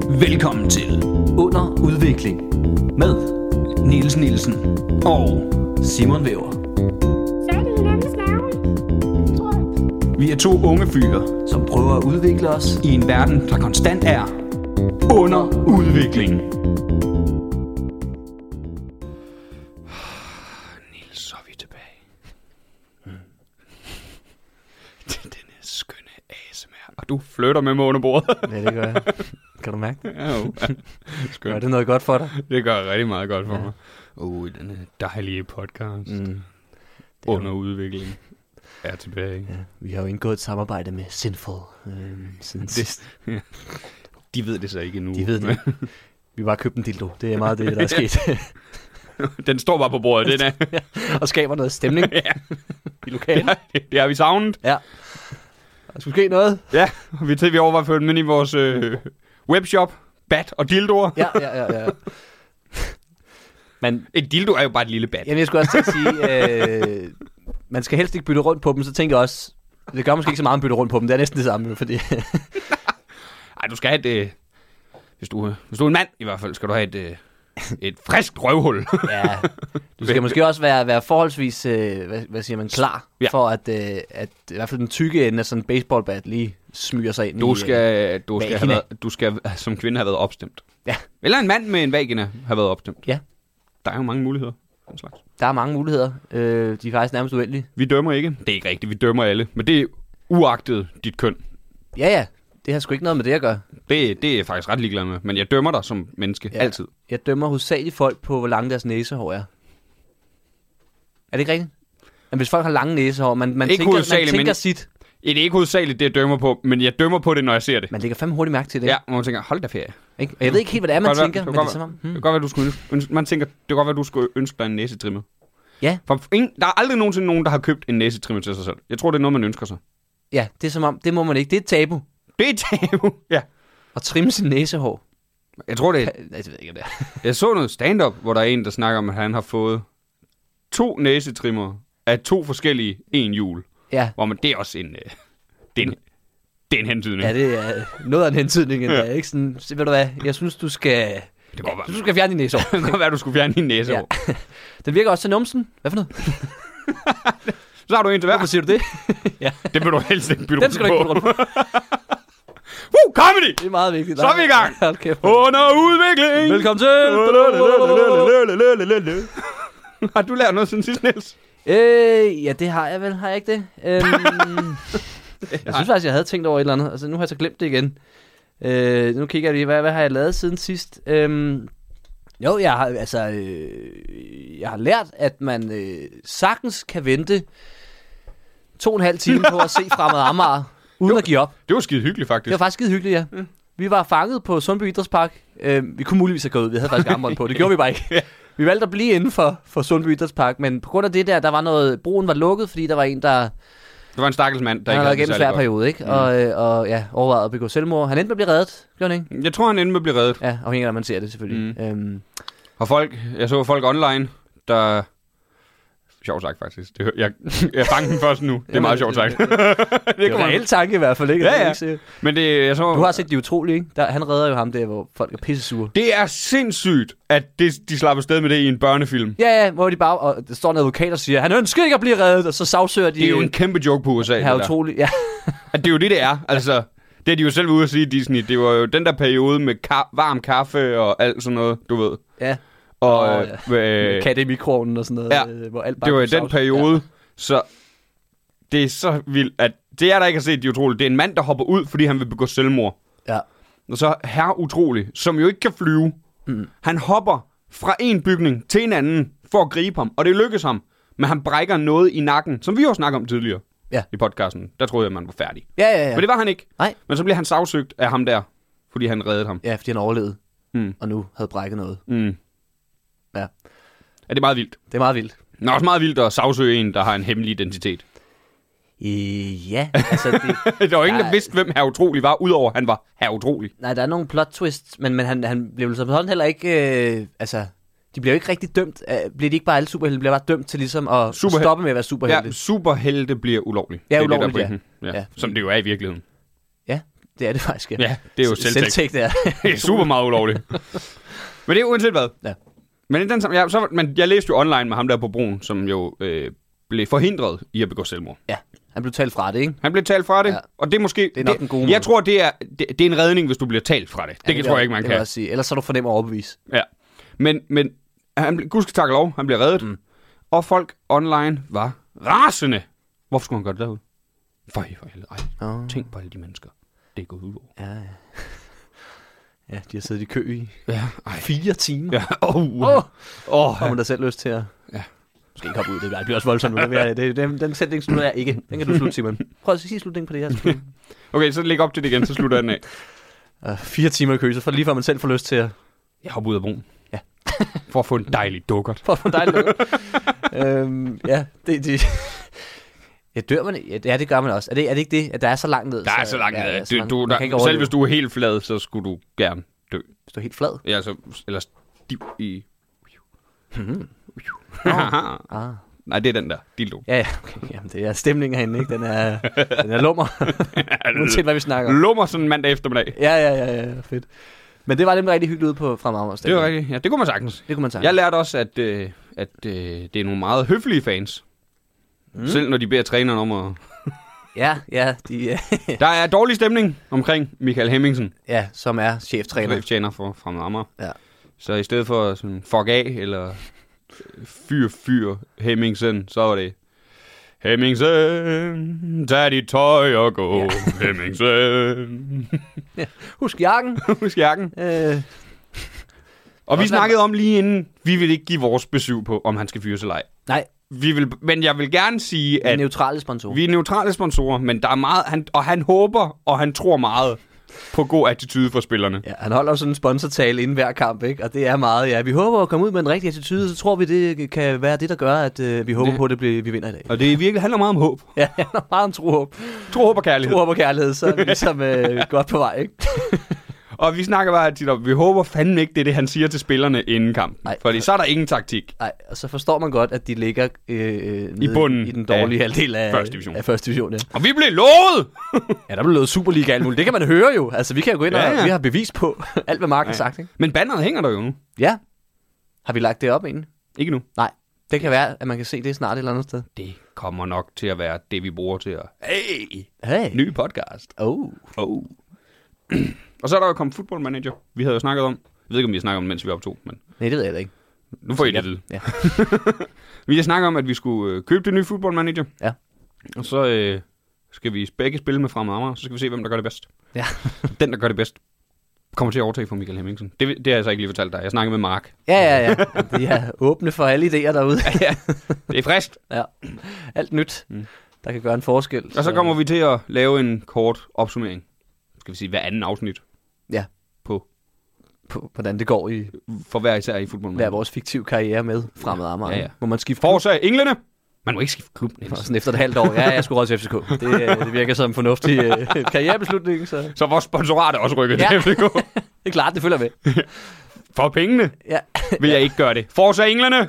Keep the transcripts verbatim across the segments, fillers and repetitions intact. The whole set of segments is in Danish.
Velkommen til Under Udvikling med Niels Nielsen og Simon Væver. Så er det hinandens navn, tror jeg. vi er to unge fyre Som prøver at udvikle os. i en verden, der konstant er under udvikling. Niels, så er vi tilbage. Mm. Den er skønne A S M R. Og du flytter med mig under bordet. Ja, det gør jeg. Kan du mærke det? Ja, jo. Gør det noget godt for dig? Det gør rigtig meget godt for Ja. mig. Uh, den dejlige podcast. Mm. Under udvikling er tilbage. Ja, vi har jo indgået et samarbejde med Sinful øhm, siden sidst. De ved det så ikke endnu. De ved det. Vi bare købt en dildo. Det er meget det, der er sket. Den står bare på bordet, den er. Og skaber noget stemning Ja. i lokalet. Det, har, det har vi savnet. Ja. Der skulle ske noget. Ja, vi til vi overvejer at følge med i vores øh, webshop. Bat og dildoer. Ja, ja, ja, ja. Men Et dildo er jo bare et lille bat. jamen, jeg skulle også til at sige, øh, man skal helst ikke bytte rundt på dem, så tænker jeg også, det gør måske ikke så meget at bytte rundt på dem, det er næsten det samme, fordi Ej, du skal have et... Øh, hvis, du, hvis du er en mand i hvert fald, skal du have et, øh, et friskt røvhul. ja, du skal måske også være, være forholdsvis, øh, hvad, hvad siger man, klar, Ja. for at, øh, at i hvert fald den tykke ende af sådan en baseballbat lige smyger sig ind Du i... skal, du, skal have vagina. været, du skal som kvinde have været opstemt. Ja. Eller en mand med en vagina have været opstemt. Ja. Der er jo mange muligheder. Den slags. Der er mange muligheder, øh, de er faktisk nærmest uendelige. Vi dømmer ikke. Det er ikke rigtigt, vi dømmer alle. Men det er uagtet dit køn. Ja, ja, det har sgu ikke noget med det at gøre. Det, det er jeg faktisk ret ligeglad med. Men jeg dømmer dig som menneske. Ja. Altid. Jeg dømmer hovedsageligt folk på, hvor lange deres næsehår er. Er det ikke rigtigt? Men hvis folk har lange næsehår, man, man Ikke tænker, man hovedsageligt, tænker men- sit. Det er ikke hovedsageligt, det jeg dømmer på. Men jeg dømmer på det, når jeg ser det. Man lægger fandme hurtigt mærke til det. Ja, og man tænker, hold da ferie. Ikke? Og jeg ved ikke helt, hvad det er, man Godt være- tænker, det kan men det er godt som om... Det Hmm. kan godt være, du skulle ønske, man tænker, det kan godt være, du skulle ønske dig en næsetrimmer. Ja. For ingen, der er aldrig nogensinde nogen, der har købt en næsetrimmer til sig selv. Jeg tror, det er noget, man ønsker sig. Ja, det er som om, det må man ikke. Det er et tabu. Det er tabu. Ja. At trimme sin næsehår. Jeg tror, det er... Nej, det ved jeg ikke, om det er. Jeg så noget stand-up, hvor der er en, der snakker om, at han har fået to næsetrimmer af to forskellige en hjul. Ja, Hvor man, det er også en... Øh, det, er en det er en hentydning. ja, det er noget af en hentydning. Ja. Ikke sådan, så ved du hvad, jeg synes, du skal... Det kan godt være. Du skal fjerne din næsehår. Det kan godt være, at du skulle fjerne din næse. Ja. Ja. Den virker også til numsen. Hvad for noget? Så har du en til hver. Hvorfor siger du det? Ja, Det vil du helst ikke bytte den skal du ikke rundt putte på. rundt på. Woo, comedy! Det er meget vigtigt. Så er vi i gang. Hold kæft. Under udvikling! Velkommen til. Har du lært noget siden sidst, Niels? Øh, ja, det har jeg vel. Har jeg ikke det? Øhm, jeg synes faktisk, jeg havde tænkt over et eller andet. Altså, nu har jeg så glemt det igen. Øh, nu kigger jeg lige, hvad, hvad har jeg lavet siden sidst? Øhm, jo, jeg har, altså, øh, jeg har lært, at man øh, sagtens kan vente to og en halv time på at se Fremad Amager, uden Jo. at give op. Det var skide hyggeligt, Det faktisk. var faktisk skide hyggeligt, ja. Mm. Vi var fanget på Sundby Idrætspark. Øh, vi kunne muligvis have gået ud. Vi havde faktisk armbånd på. Det gjorde vi bare ikke. Vi valgte at blive inden for, for Sundby Idrætspark, men på grund af det der, der var noget, broen var lukket, fordi der var en, der Det var en stakkels mand, der han ikke havde havde været det igennem en særlig svær godt. periode, ikke? Mm. Og, øh, og ja, overvejede at begå selvmord. Han endte med at blive reddet, gjorde han ikke? Jeg tror, han endte med at blive reddet. Ja, afhængig af, hvordan man ser det selvfølgelig. Mm. Øhm, Og folk, jeg så folk online, der... Sjovt sagt, faktisk. Det, jeg, jeg fangede den først nu. Det er Jamen, meget sjovt sagt. det, det det er kunne en man- reel tanke i hvert fald, ikke? Ja, Det er ja. ikke sikkert. Men det, jeg så... Du har set De Utrolige, ikke? Der, han redder jo ham der, hvor folk er pissesure. Det er sindssygt, at det, de slapper sted med det i en børnefilm. Ja, ja, hvor de bare, og der står en advokat og siger, han ønsker ikke at blive reddet, og så sagsøger de... Det er jo en kæmpe joke på U S A. her det der. utroligt, ja. At det er jo det, det er. Altså, det er de jo selv ude at sige, Disney. Det var jo den der periode med ka- varm kaffe og alt sådan noget, du ved. Ja, Og, Åh, øh, øh, kat i mikroovnen og sådan noget, ja, øh, hvor alt bare det var i kunne den sagsøge. periode, ja. Så det er så vildt, at det er der ikke har set, de utroligt. Det er en mand, der hopper ud, fordi han vil begå selvmord. Ja. Og så herre utrolig, som jo ikke kan flyve. Mm. Han hopper fra en bygning til en anden for at gribe ham, og det lykkes ham. Men han brækker noget i nakken, som vi jo snakkede om tidligere Ja. i podcasten. Der troede jeg, man var færdig. Ja, ja, ja. Men det var han ikke. Nej. Men så bliver han sagsøgt af ham der, fordi han reddede ham. Ja, fordi han overlevede, Mm. og nu havde brækket noget. Mm. Ja. Er det meget vildt? Det er meget vildt. Det er også meget vildt at sagsøge en, der har en hemmelig identitet. Øh, ja, altså det... Der var ingen, der Nej. vidste, hvem Herr Utrolig var, udover at han var Herr Utrolig. Nej, der er nogle plot twists, men, men han, han blev så sådan heller ikke... Øh, altså, de bliver jo ikke rigtig dømt. Øh, bliver de ikke bare alle superhelte, de bliver bare dømt til ligesom at Superhel- stoppe med at være superhelte. Ja, superhelte bliver ulovligt. Ja, det er ulovligt, det, der er pointen. ja. Ja. Som det jo er i virkeligheden. Ja, Det er det faktisk, ja. Ja, det er jo selvtægt. Selvtægt, ja. Det er super meget ulovligt. Men det er uanset hvad. Ja. Men, den, ja, så, men jeg læste jo online med ham der på broen, som jo øh, blev forhindret i at begå selvmord. Ja, han blev talt fra det, ikke? Han blev talt fra det, Ja. og det er måske... Det er nok det, den gode Jeg måde. tror, det er, det, det er en redning, hvis du bliver talt fra det. Det, Ja, det tror jeg ikke, man det kan. vil jeg sige. Ellers så er du for nem at overbevise. Ja. Men, men han blev, gud skal takke lov, han blev reddet. Mm. Og folk online var rasende. Hvorfor skulle han gøre det derude? For for helvede. Ej, Oh. tænk på alle de mennesker. Det er gået ud over. Ja, ja. Ja, de har siddet i kø i Ja, ej. fire timer. Ja, åh. Åh, Oh, oh, har man da selv lyst til at... Ja. Måske ikke hoppe ud, det bliver også voldsomt. Det, det, det, den, den sætning slutter jeg ikke. Den kan du slutte, Simon. Prøv at sige slutningen på det her. Okay, så læg op til det igen, så slutter jeg den af. Uh, fire timer i kø, så for lige før man selv får lyst til at... Jeg hopper ud af broen. Ja. For at få en dejlig dukkert. For at få dig lukket. øhm, ja, det... det ja, dør man? Ja, det gør man også. Er det, er det ikke det, at der er så langt ned? Der er så langt ja, ned. ja, så Du, man, du, man der, kan ikke selv overleve. hvis du er helt flad, så skulle du gerne dø. Hvis du er helt flad? Ja, så, eller stiv i... Mm-hmm. Ah. Nej, det er den der. Dildo. Ja, ja. Okay. Jamen, det er stemningen herinde, ikke? Den er, den er lummer. Uanset hvad vi snakker om. Lummer sådan en mandag eftermiddag. Ja, ja, ja, ja. Fedt. Men det var nemlig rigtig hyggeligt ude på Fremad. Det var rigtigt. Ja, det kunne man sagtens. Det kunne man sige. Jeg lærte også, at, øh, at øh, det er nogle meget høflige fans. Mm. Selv når de beder træneren om at... Ja, ja, de, Der er dårlig stemning omkring Michael Hemmingsen. ja, som er cheftræner. Cheftræner for Fremad Amager. Ja. Så i stedet for sådan fuck af, eller fyr, fyr, Hemmingsen, så var det Hemmingsen, tag dit tøj og gå, ja. Hemmingsen. Ja. Husk jakken. Husk jakken. Øh, Og vi Også snakkede om lige inden, vi vil ikke give vores besøg på, om han skal fyres eller ej. nej, Vi vil, men jeg vil gerne sige, at neutrale sponsorer. vi er neutrale sponsorer, men der er meget, han, og han håber, og han tror meget på god attitude for spillerne. Ja, han holder jo sådan en sponsortale inden hver kamp, ikke? Og det er meget, ja, vi håber at komme ud med en rigtig attitude, så tror vi, det kan være det, der gør, at øh, vi håber Det- på, at det bliver, vi vinder i dag. Og det virkelig handler meget om håb. Ja, han har meget om tro håb. Tro, håb og kærlighed. Tro håb og kærlighed, så er vi ligesom øh, godt på vej, ikke? Og vi snakker bare tit om, vi håber fandme ikke, det er det, han siger til spillerne inden kampen. Nej. Fordi så er der ingen taktik. Nej, og så forstår man godt, at de ligger øh, nede I bunden i den dårlige af halvdel af første division. Af første division ja. Og vi blev lovet! ja, der blev lavet Superliga alt muligt. Det kan man høre jo. Altså, vi kan jo gå ind og Ja, ja. vi har bevis på alt, hvad Mark har Ja. sagt, ikke? Men banneret hænger der jo nu. Ja. Har vi lagt det op egentlig? Ikke nu. Nej. Det kan være, at man kan se det snart et eller andet sted. Det kommer nok til at være det, vi bruger til at... Hey! Hey. Ny podcast. Oh. Oh. Og så er der jo kommet Football Manager. Vi havde jo snakket om... Jeg ved ikke, om vi har snakket om, mens vi var optog, men Nej, det ved jeg da ikke. nu får I det at vide. Ja. Vi har snakket om, at vi skulle øh, købe det nye Football Manager. Ja. Og så øh, skal vi begge spille med Fremad Amager, så skal vi se, hvem der gør det bedst. Ja. Den, der gør det bedst, kommer til at overtage for Michael Hemmingsen. Det, det har jeg så ikke lige fortalt dig. Jeg snakkede med Mark. Ja, ja, ja. De er åbne for alle idéer derude. Ja, det er friskt. ja. Alt nyt, Mm. der kan gøre en forskel. Og så kommer vi til at lave en kort opsummering. Skal vi sige, hver anden afsnit. Ja. På, på, hvordan det går i for hver især i Football hver Manager. vores fiktive karriere med Fremad Amager. Ja, ja. Må man skifte Forza englene. Man må ikke skifte klub. klub? Og sådan efter et halvt år. Ja, jeg skulle råde til F C K. Det, øh, det virker som en fornuftig øh, karrierebeslutning. Så Så vores sponsorat er også rykket Ja. til F C K. det er klart, det følger med. For pengene Ja. vil jeg ikke gøre det. Forza englene.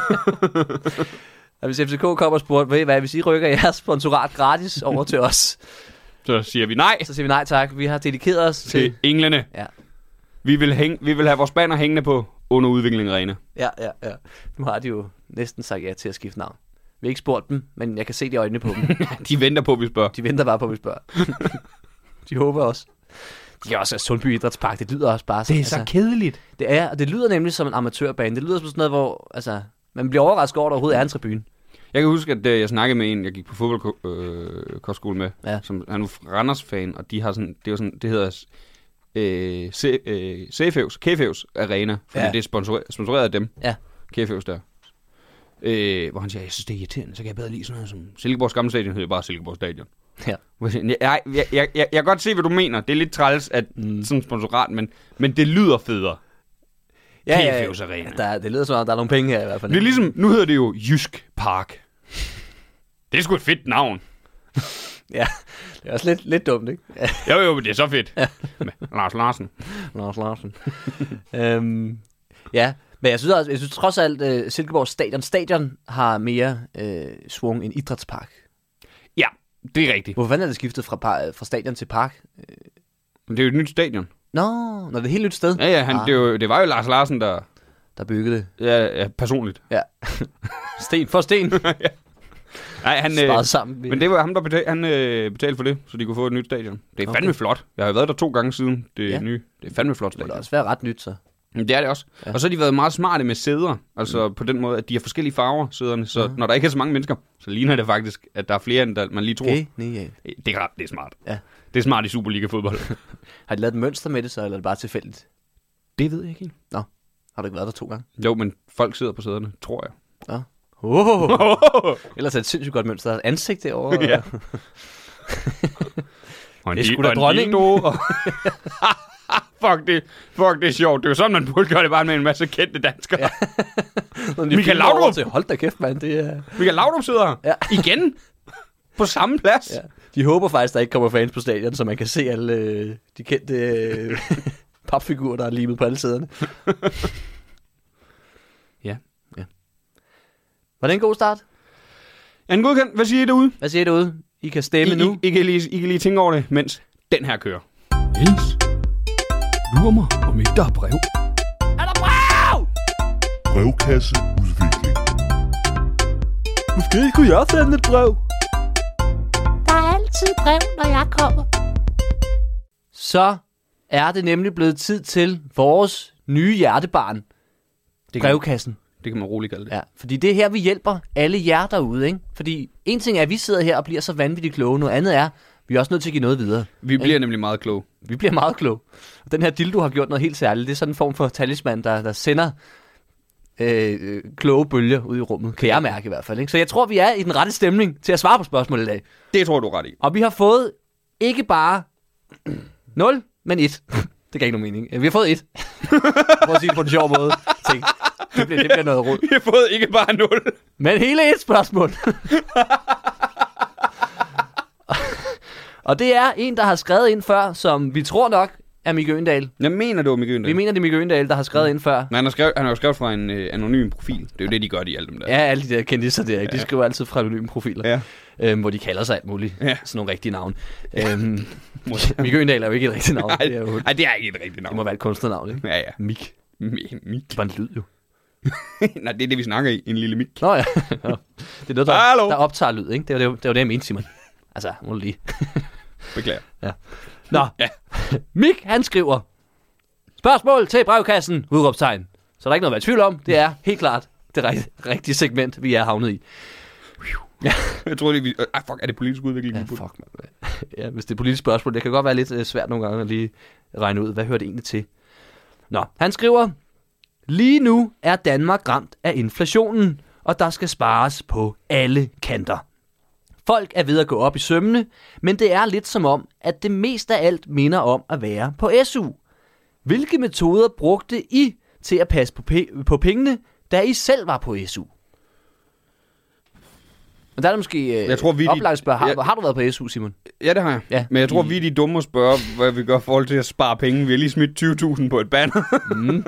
Og hvis F C K kommer og spørger, ved I hvad, hvis I rykker jeres sponsorat gratis over til os, Så siger vi nej så siger vi nej tak. Vi har dedikeret os til... til englene. Ja. Vi vil, hæng, vi vil have vores banner hængende på under udvikling arena. Ja, ja, ja. Nu har de jo næsten sagt ja til at skifte navn. Vi har ikke spurgt dem, men jeg kan se de øjnene på dem. De venter på, at vi spørger. De venter bare på, at vi spørger. De håber også. De er også af Sundby Idrætspark. Det lyder også bare sådan. altså, kedeligt. det er, og det lyder nemlig som en amatørbane. Det lyder som sådan noget, hvor altså, man bliver overrasket over, at der overhovedet er en tribune. Jeg kan huske, at øh, jeg snakkede med en, jeg gik på fodboldkostskole med, Ja. som han var Randers-fan, og de har sådan, det er jo sådan, det hedder øh, C, øh, Cfævs, Kfævs Arena, fordi Ja. det er sponsoreret, sponsoreret af dem. Ja. Kfævs der. Øh, hvor han siger, jeg synes, det er irriterende, så kan jeg bedre lide sådan noget som Silkeborgs gamle stadion, hedder bare Silkeborg Stadion. Ja. Jeg, jeg, jeg, jeg, jeg, jeg kan godt se, hvad du mener. Det er lidt træls, at mm. sådan en sponsorat, men, men det lyder federe. Ja, ja, Kfævs Arena. der, det lyder som om, der er nogle penge her i hvert fald. Det er ligesom, nu hedder det jo Jysk Park. Det er sgu et fedt navn. Ja, det er også lidt, lidt dumt, ikke? Jo, jo, men det er så fedt. Med Lars Larsen. Lars Larsen. øhm, ja, men jeg synes også, jeg synes trods alt, uh, Silkeborg Stadion, Stadion har mere uh, svung end idrætspark. Ja, det er rigtigt. Hvorfor fanden er det skiftet fra, par, fra stadion til park? Det er jo et nyt stadion. Nå, når det er et helt nyt sted. Ja, ja, han, Ah. det, var jo, det var jo Lars Larsen, der... Der byggede det. Ja, ja personligt. Ja. Sten for sten. Nej, han... Sparet Øh, sammen. men det var ham, der betalte, han, øh, betalte for det, så de kunne få et nyt stadion. Det er Okay. fandme flot. Jeg har været der to gange siden det Ja. nye. Det er fandme flot Det må da stadion. også være ret nyt, så. Men det er det også. Ja. Ja. Og så har de været meget smarte med sæder. Altså mm. på den måde, at de har forskellige farver, sæderne. Så Ja. når der ikke er så mange mennesker, så ligner det faktisk, at der er flere, end der, man lige tror. Okay, nej, ja. Det er ret, det er smart. Ja. Det er smart i Superliga-fodbold. Har de lavet et mønster med det så, eller er det bare tilfældigt? Det ved jeg ikke helt. Har du ikke været der to gange? Jo, men folk sidder på sæderne, tror jeg. Oh. Ellers er det et sindssygt godt mønster. Der er et ansigt derovre. Ja. Og en Det er di- sgu da og en dronningen. dildo, og- fuck, det, fuck, det er sjovt. Det er jo sådan, man burde gøre det bare med en masse kendte danskere. Ja. Michael Laudrup. Til, hold da kæft, mand. Det er... Michael Laudrup sidder her. Ja. Igen. På samme plads. Ja. De håber faktisk, der ikke kommer fans på stadion, så man kan se alle øh, de kendte øh, papfigurer, der er limet på alle sæderne. Ja. ja. Var det en god start? Er den godkendt? Hvad siger I derude? Hvad siger I derude? I kan stemme I, nu. I, I, kan lige, I kan lige tænke over det, mens den her kører. Niels, lurer mig, om ikke der er brev. Er der brev? Brevkasseudvikling. Måske kunne jeg sende et brev. Der er altid brev, når jeg kommer. Så er det nemlig blevet tid til vores nye hjertebarn, Det kan, brevkassen. det kan man roligt kalde det. Ja, fordi det er her, vi hjælper alle jer derude, ikke? Fordi en ting er, at vi sidder her og bliver så vanvittigt kloge. Noget andet er, vi er også nødt til at give noget videre. Vi bliver nemlig meget kloge. Vi bliver meget kloge. Og den her dildo har gjort noget helt særligt. Det er sådan en form for talisman, der, der sender øh, øh, kloge bølger ud i rummet. Kan jeg mærke i hvert fald, ikke? Så jeg tror, vi er i den rette stemning til at svare på spørgsmålet i dag. Det tror du er ret i. Og vi har fået ikke bare nul, men et. Det gav ikke nogen mening. Vi har fået et. Prøv at sige det på en sjov måde. Tænk, det bliver, det bliver noget råd. Vi har fået ikke bare nul. Men hele et spørgsmål. Og det er en, der har skrevet ind før, som vi tror nok er Mikke Øgendal. Jeg mener, det var Mikke Vi Øgendal. mener, det er Mikke Øgendal, der har skrevet ind før. Men han har, skrevet, han har jo skrevet fra en øh, anonym profil. Det er jo det, de gør, de alle dem der. Ja, alle de der kendisser der, ikke? De skriver altid fra anonyme profiler, Ja. øhm, hvor de kalder sig alt muligt. Ja. Sådan nogle rigtige navne. Øhm, Mikke Øgendal er jo ikke et rigtigt navn. Nej, Det, er jo, nej, det er ikke et rigtigt det navn. må være et kunstnernavn, ikke? Ja, ja. Mik. Mik. Det var en lyd jo. Nej, det er det, vi snakker i. En lille mik. Nå ja. Nå. Det er noget, der, Hallo? der optager lyd, ikke? Det var det, det, var det jeg mente, Simon. Altså, må du lige. Beklager. Nå, Ja. Mik, han skriver, spørgsmål til brevkassen, udråbstegn. Så der er ikke noget at være i tvivl om, det er helt klart det rigt- rigtige segment, vi er havnet i. Ja, Jeg tror lige, vi... Ej, fuck, er det politisk udvikling? ja vi burde- fuck, man. Ja, hvis det er politisk spørgsmål, det kan godt være lidt øh, svært nogle gange at lige regne ud, hvad hører det egentlig til. Nå, han skriver, lige nu er Danmark ramt af inflationen, og der skal spares på alle kanter. Folk er ved at gå op i sømmene, men det er lidt som om, at det mest af alt minder om at være på S U. Hvilke metoder brugte I til at passe på, pe- på pengene, da I selv var på S U? Og der er det måske øh, Jeg tror, vi er de- oplagt at spørge, har, Ja. har du været på S U, Simon? Ja, det har jeg. Ja. Men jeg tror, I- vi er de dumme at spørge, hvad vi gør i forhold til at spare penge. Vi har lige smidt tyve tusind på et banner. Mm.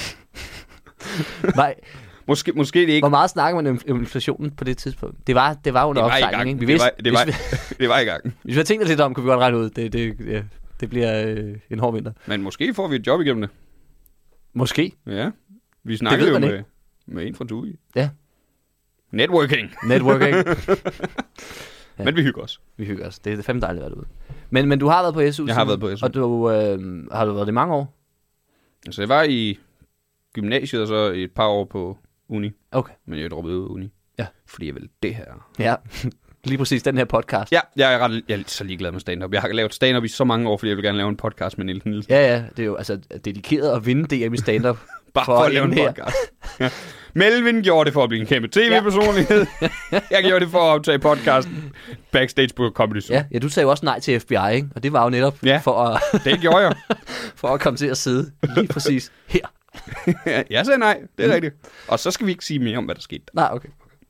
Nej, måske, måske det ikke. hvor meget snakker man om om inflationen på det tidspunkt? Det var, det var under Det var i opsejling, gang. ikke? Vi Det vidste, var, det, var, hvis, det var i gang. vi, hvis vi havde tænkt os lidt om, kunne vi godt regne ud. Det, det, ja, det bliver øh, en hård vinter. Men måske får vi et job igennem det. Måske. Ja. Vi snakker ved jo man med, med en fra Tui. Ja. Networking. Networking. Ja. Men vi hygger os. Vi hygger os. Det er fandme dejligt at være derude. Men, men du har været på S U, Jeg har Simon, været på S U. Og du, øh, har du været det i mange år? Altså, jeg var i gymnasiet og så et par år på uni. Okay. Men jeg droppede ud af uni. Ja. Fordi jeg vil det her. Ja, lige præcis den her podcast. Ja, jeg er, ret, jeg er så ligeglad med stand-up. Jeg har lavet stand-up i så mange år, fordi jeg vil gerne lave en podcast med Niels Nielsen. Ja, ja, det er jo altså dedikeret at vinde D M i stand-up. Bare for, for at lave en enden her. podcast. Ja. Melvin gjorde det for at blive en kæmpe tv-personlighed. Jeg gjorde det for at optage podcasten backstage på Comedy Zoo. Ja, ja, du sagde jo også nej til F B I, ikke? Og det var jo netop Ja. for, at, Det gjorde jeg. for at komme til at sidde lige præcis her. Jeg sagde nej, det er Mm. rigtigt. Og så skal vi ikke sige mere om, hvad der skete. Nej, okay.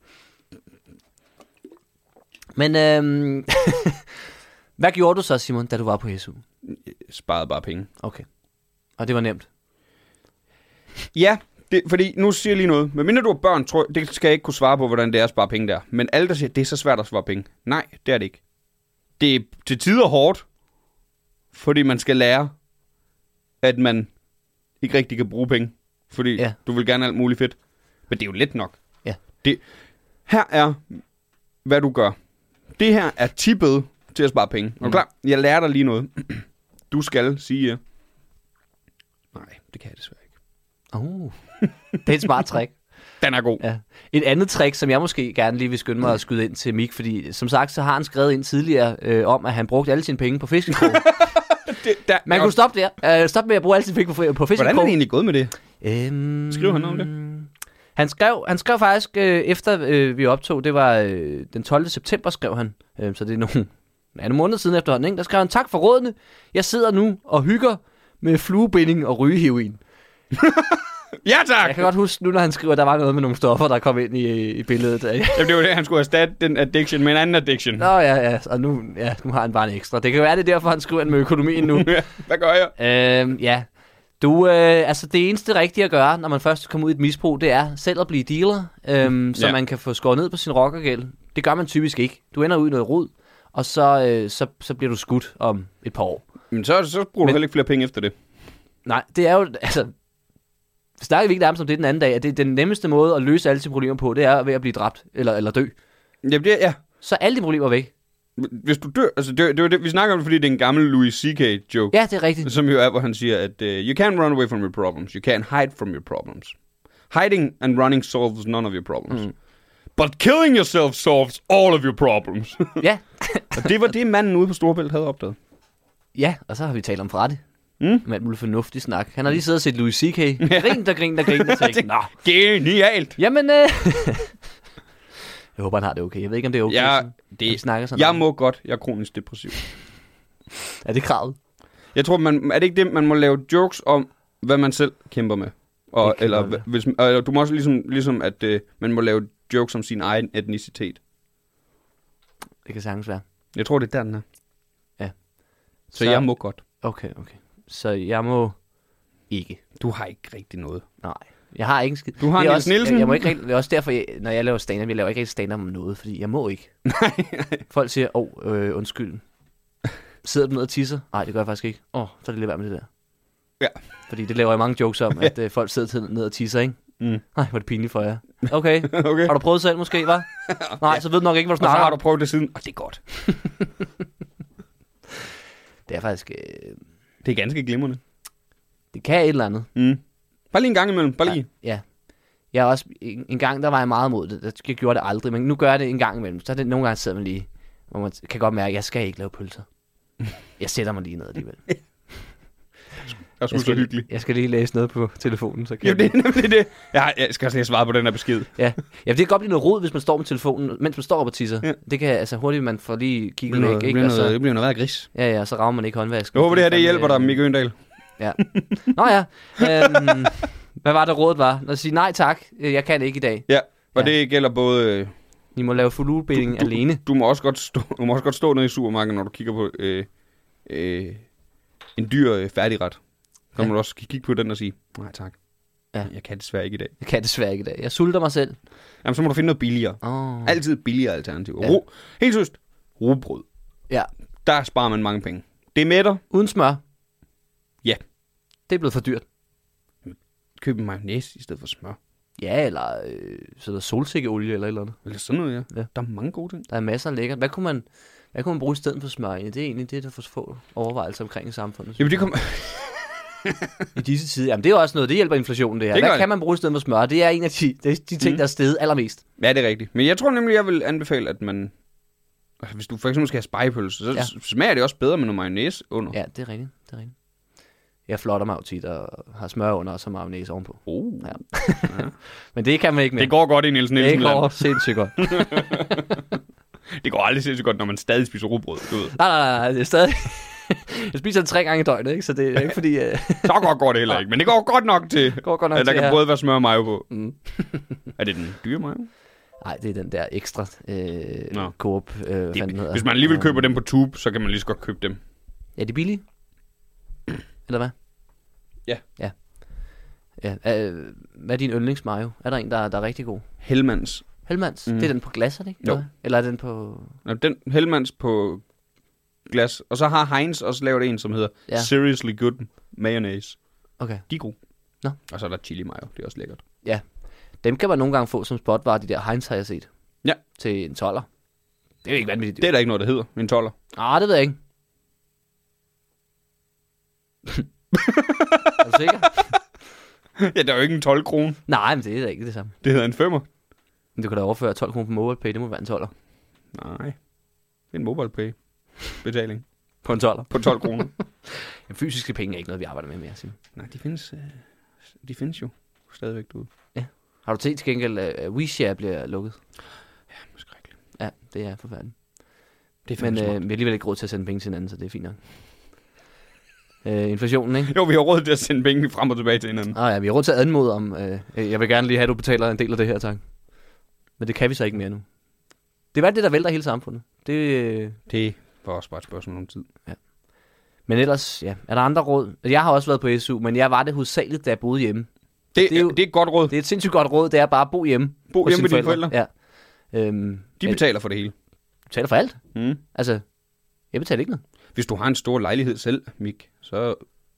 Men øhm, hvad gjorde du så, Simon, da du var på S U? Jeg sparede bare penge. Okay. Og det var nemt. Ja, det, fordi nu siger jeg lige noget. Men mindre du har børn, tror jeg, det skal jeg ikke kunne svare på, hvordan det er at spare penge der. Men alle, der siger, det er så svært at spare penge. Nej, det er det ikke. Det er til tider hårdt. fordi man skal lære, at man ikke rigtig kan bruge penge. Fordi Ja. du vil gerne alt muligt fedt. Men det er jo let nok. Ja. Det, her er, hvad du gør. Det her er tippet til at spare penge. Er du klar? Jeg lærer dig lige noget. Du skal sige... Nej, det kan jeg desværre ikke. Uh, det er et smart trick. Den er god. Ja. Et andet trick, som jeg måske gerne lige vil skynde mig at skyde ind til Mik, fordi som sagt, så har han skrevet ind tidligere øh, om, at han brugte alle sine penge på fiskekrog. Det, der, Man kunne stoppe der. Uh, stoppe med at bruge alle sine penge på, på fiskekrog. Hvordan er det egentlig gået med det? Øhm, Skriver han noget om det? Han skrev, han skrev faktisk, øh, efter øh, vi optog, det var øh, den tolvte september, skrev han. Øh, så det er nogle, ja, nogle måneder siden efterhånden, ikke? Der skrev han, tak for rådene. Jeg sidder nu og hygger med fluebinding og rygeheroin. Ja, tak! Jeg kan godt huske nu, når han skriver, at der var noget med nogle stoffer, der kom ind i, i billedet. Jamen, det var det, han skulle erstatte den addiction med en anden addiction. Nå ja, ja, og nu, ja, nu har han bare en ekstra. Det kan være, det er derfor, han skriver med økonomien nu. Ja, hvad gør jeg? øhm, ja, du, øh, altså det eneste rigtige at gøre, når man først kommer ud i et misbrug, det er selv at blive dealer, øhm, så Ja. man kan få skåret ned på sin rockergæld. Det gør man typisk ikke. Du ender ud i noget rod, og så, øh, så, så bliver du skudt om et par år. Men så, så bruger du Men- heller ikke flere penge efter det. Nej, det er jo, altså, vi snakker ikke nærmest om det den anden dag, at det er den nemmeste måde at løse alle sine problemer på, det er ved at blive dræbt eller, eller dø. Jamen, det er, ja. Så er alle de problemer væk. Hvis du dør, altså det, det var det, vi snakker om det, fordi det er en gammel Louis C K joke, Ja, det er rigtigt. som jo er, hvor han siger, at uh, you can't run away from your problems, you can't hide from your problems. Hiding and running solves none of your problems. Mm. But killing yourself solves all of your problems. Ja, Og det var det, manden ude på Storebælt havde opdaget. ja, og så har vi talt om Freddy. Mm. Med alt muligt fornuftig snak. Han har lige siddet og set Louis C K. Grin, der grin, der grin, der tænkte, nå, Genialt! jamen, øh... jeg håber, han har det okay. Jeg ved ikke, om det er okay, Ja, sådan, det- vi snakker sådan. Jeg må godt, jeg er kronisk depressiv. Er det kravet? Jeg tror, man, er det ikke det, man må lave jokes om, hvad man selv kæmper med? Og, Det kan eller godt være. hvis, og du må også ligesom, ligesom at øh, man må lave jokes om sin egen etnicitet. Det kan sagtens være. Jeg tror, det er der, den er. Ja. Så, så jeg må godt. Okay, okay. Så jeg må ikke. Du har ikke rigtig noget. Nej. Jeg har ikke en skid. Du har Det er Niels også, Nielsen. Jeg, jeg må ikke rigtig, det er også derfor, jeg, når jeg laver stand-up, jeg laver ikke rigtig stand-up om noget, fordi jeg må ikke. Folk siger, åh, oh, øh, undskyld. Sidder du ned og tisser? Nej, det gør jeg faktisk ikke. Åh, oh, så er det lidt værd med det der. Ja. Fordi det laver jeg mange jokes om, at øh, folk sidder til- ned og tisser, ikke? Mm. Nej, hvor er det pinligt for jer. Okay. Okay. Har du prøvet selv måske, hva'? Nej, så ved du nok ikke, hvad du Og så snakker har du om. prøvet det siden. Og det er godt. Det er faktisk, øh, Det er ganske glimrende. det kan et eller andet. Mm. Bare lige en gang imellem. Bare lige. Ja. Jeg er også, en, en gang, der var jeg meget imod det. Jeg gjorde det aldrig, men nu gør jeg det en gang imellem. Så er det nogle gange sidder man lige, hvor man kan godt mærke, at jeg skal ikke lave pølser. Jeg sætter mig lige ned alligevel. Det er sgu Jeg så skal, hyggeligt. jeg skal lige læse noget på telefonen, så kan Jamen, det er nemlig det. Jeg, har, jeg skal også lige have svaret på den her besked. Ja. ja, det kan godt blive noget rod, hvis man står med telefonen, mens man står op og tisser. Ja. Det kan altså hurtigt, man får lige Det kigget bliver væk, noget, det ikke? bliver Og så, noget, det bliver noget værd gris. ja, ja, så rager man ikke håndvasken. Jeg håber, det her det Fandme, hjælper dig, øh, Mikke Øndal. Ja. Nå ja. Øhm, hvad var det rådet var? At sige nej tak, øh, jeg kan det ikke i dag. Ja, og Ja. det gælder både... øh, I må lave fluebinding alene. Du må også godt stå, du må også godt stå nede i supermarkedet, når du kigger på øh, øh, en dyr øh, færdigret. Så Ja. må du også kigge på den og sige, nej tak, Ja. jeg kan desværre ikke i dag. Jeg kan desværre ikke i dag. Jeg sulter mig selv. Jamen, så må du finde noget billigere. Oh. Altid billigere alternativer. Ja. Ja. Ro, helt søst, rugbrød. Ja. Der sparer man mange penge. Det mætter. Uden smør. Ja. Det er blevet for dyrt. Køb en mayonnaise i stedet for smør. Ja, eller øh, så der solsikkeolie eller et eller andet. Eller sådan noget, ja. Ja. Der er mange gode ting. Der er masser af lækkert. Hvad kunne man, hvad kunne man bruge i stedet for smør? egentlig? Det er egentlig det, der får få overvejelser omkring i samfundet. Jamen, det kommer... I disse tider. Jamen, det er jo også noget, det hjælper inflationen, det her. Det gør Hvad det. kan man bruge i stedet for smør? Det er en af de, det er de ting, Mm. der er steget allermest. Ja, det er rigtigt. Men jeg tror nemlig, jeg vil anbefale, at man... Altså, hvis du for eksempel skal have spegepølse, så Ja. ja. smager det også bedre med noget mayonnaise under. Ja, det er rigtigt. Det er rigtigt. Jeg flotter mig jo tit og har smør under og så mayonnaise ovenpå. Oh. Ja. Men det kan man ikke mere. Det går godt i Niels det Nielsen går land. sindssygt godt. Det går aldrig sindssygt godt, når man stadig spiser rugbrød, du ved. Nej, nej, nej, det er stadig... jeg spiser det tre gange i døgnet, ikke? Så det er ikke fordi... Uh... Så godt går det heller ikke, men det går godt nok til, går godt nok at der til kan her. både være smør og mayo på. Mm. Er det den dyre mayo? Nej, det er den der ekstra øh, Nå. Coop, øh, hvad fanden den hedder. Hvis man alligevel køber dem på tube, så kan man lige så godt købe dem. Er de billige? Eller hvad? Ja. Ja. ja. Øh, hvad er din yndlingsmayo? Er der en, der, der er rigtig god? Hellmans. Hellmans? Mm. Mm. Det er den på glas, er det ikke? Jo. Eller- Eller er den på... Nå, den Hellmans på glas. Og så har Heinz også lavet en, som hedder Ja. Seriously Good Mayonnaise. Okay. De er gode. Nå. Og så er der chili mayo. Det er også lækkert. Ja. Dem kan man nogle gange få som spotvarer, de der Heinz har jeg set. Ja. Til en toller. Det er jo ikke vanvittigt. Det er der ikke noget, der hedder. En toller. Ah, det ved jeg ikke. Er du sikker? Ja, der er jo ikke en tolv kroner. Nej, men det er da ikke det samme. Det hedder en femmer. Men du kan da overføre tolv kroner på MobilePay, det må være en toller. Nej. Det er en MobilePay betaling. På en toller. På tolv kroner. Ja, fysiske penge er ikke noget, vi arbejder med mere, Simon. Nej, de findes, øh, de findes jo stadigvæk derude. Har du set til gengæld, at WeShare bliver lukket? Ja, skrækkeligt. Ja, det er forfærdeligt. Det er Men fandme øh, smukt. vi har alligevel ikke råd til at sende penge til hinanden, så det er fint nok. Øh, inflationen, ikke? Jo, vi har råd til at sende penge frem og tilbage til hinanden. Ah, ja, vi har råd til at anmode om, øh, øh, jeg vil gerne lige have, at du betaler en del af det her, tak. Men det kan vi så ikke mere nu. Det var det, der vælter hele samfundet. Det, øh, Det var også bare et spørgsmål om tid. men ellers, ja, er der andre råd? Altså, jeg har også været på S U, men jeg var det hovedsageligt, da jeg boede hjemme. Det, Det det, er er jo- det er et godt råd. Det er et sindssygt godt råd, det er bare at bo hjemme. Bo hos hjemme med sine dine forældre. Ja. Øhm, De betaler for det hele. betaler for alt. Mm. Altså, jeg betaler ikke noget. Hvis du har en stor lejlighed selv, Mik, så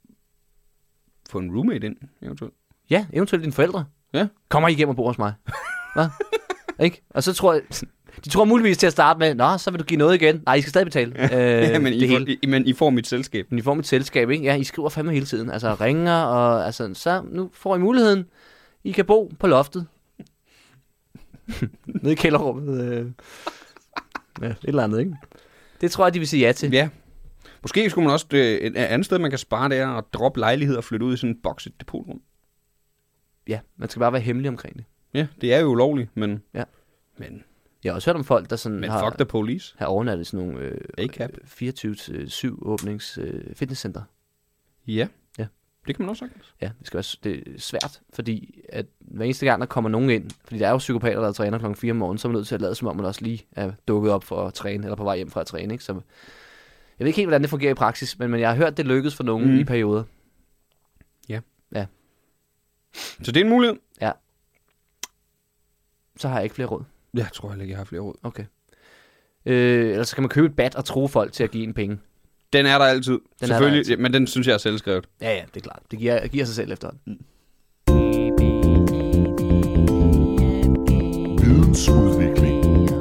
få en roommate ind, eventuelt. Ja, eventuelt dine forældre. Ja. Kommer I hjem og bor hos mig? Hvad? Ikke? Og så tror jeg, de tror muligvis til at starte med, nå, så vil du give noget igen. Nej, I skal stadig betale. Øh, Ja, men, det I hele. får, I, men I får mit selskab. Men I får mit selskab, ikke? Ja, I skriver fandme hele tiden. Altså, ringer, og altså, så nu får I muligheden. I kan bo på loftet. Nede i kælderrummet. Øh. Ja, et eller andet, ikke? Det tror jeg, de vil sige ja til. Ja. Måske skulle man også, øh, et andet sted, man kan spare, det er at droppe lejlighed og flytte ud i sådan en bokset depotrum. Ja, man skal bare være hemmelig omkring det. Ja, det er jo ulovligt, men... Ja. Men, Jeg har også hørt om folk, der sådan men har, fuck the police. har overnattet sådan nogle øh, A-cap. fireogtyve til syv åbnings øh, fitnesscenter. Ja. Ja. Det kan man også sagtens. Ja, det skal være s- det er svært, fordi at hver eneste gang, der kommer nogen ind, fordi der er jo psykopater, der træner klokken fire om morgenen, så er man nødt til at lade som om, man også lige er dukket op for at træne, eller på vej hjem fra at træne, ikke? Så jeg ved ikke helt, hvordan det fungerer i praksis, men, men jeg har hørt, det lykkes for nogen Mm. mm. i perioder. Så det er en mulighed. Så har jeg ikke flere råd. Jeg tror heller ikke, jeg har flere råd. Okay. Øh, ellers så kan man købe et bat og true folk til at give en penge. Den er der altid. er der Selvfølgelig, altid. Ja, men den synes jeg er selvskrevet. Ja, ja, det er klart. Det giver, giver sig selv efterhånden. Vidensudvikling.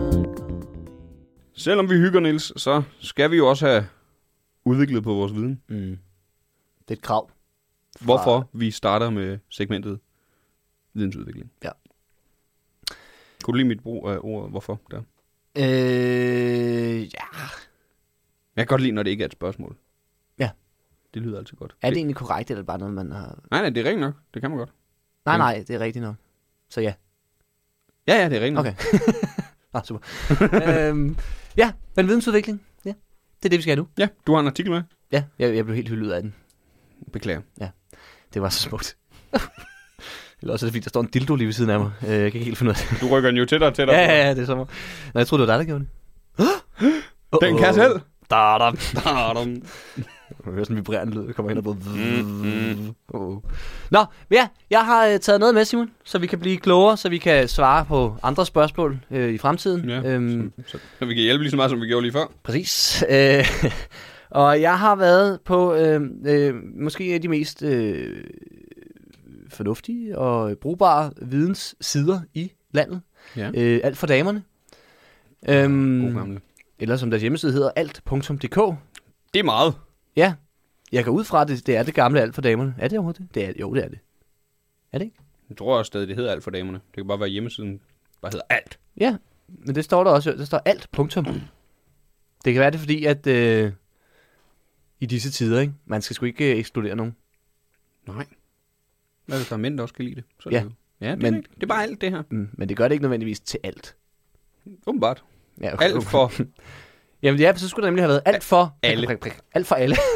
Selvom vi hygger, Niels, så skal vi jo også have udviklet på vores viden. Mm. Det er et krav. Hvorfor vi starter med segmentet vidensudvikling. Ja. Kunne du lide mit brug af ordet hvorfor der? Øh, ja. Jeg kan godt lide, når det ikke er et spørgsmål. Ja. Det lyder altid godt. Er det egentlig korrekt, eller er det bare noget, man har... Nej, nej, det er rigtigt nok. Det kan man godt. Nej, Mm. nej, det er rigtigt nok. Så ja. Ja, ja, det er rigtigt nok. Okay. ah, super. øhm, ja, men vidensudvikling. Ja, det er det, vi skal have nu. Ja, du har en artikel med. Ja, jeg, jeg blev helt hyldet ud af den. Beklager. Det var så smukt. Eller også er det fint, der står en dildo lige ved siden af mig. Øh, Jeg kan ikke helt finde ud af det. Du rykker den jo tættere og tættere. Ja, ja, ja, det er så meget. Nej, jeg troede, det var dig, der gjorde det. Den kan jeg selv. Da, da. Pardon. Jeg hører sådan en vibrerende lyd, der kommer ind og både... Mm, Oh. Nå, ja, jeg har øh, taget noget med, Simon, så vi kan blive klogere, så vi kan svare på andre spørgsmål øh, i fremtiden. Ja, øhm, så, så, så vi kan hjælpe lige så meget, som vi gjorde lige før. Præcis. Øh, og jeg har været på øh, øh, måske en af de mest øh, fornuftige og brugbare videnssider i landet. Ja. Øh, alt for damerne. Øhm, God gamle. eller som deres hjemmeside hedder, alt punktum d k. Det er meget. Ja, jeg går ud fra, at det, det er det gamle alt for damerne. Er det overhovedet det? det er, jo, det er det. Er det ikke? Jeg tror også stadig, det hedder alt for damerne. Det kan bare være hjemmesiden, bare hedder alt. Ja, men det står der også. Der står alt punktum. Det kan være det, fordi at øh, i disse tider, ikke? Man skal sgu ikke øh, ekskludere nogen. Nej. Hvad hvis der er mænd, der også kan lide det? Så er Ja. det, jo- ja, det, Men- men, det er bare alt det her. Mm, men det gør det ikke nødvendigvis til alt. Åbenbart. Ja, okay. Alt for... Jamen ja, så skulle det nemlig have været alt for... Alle. Prik, prik, prik. Alt for alle.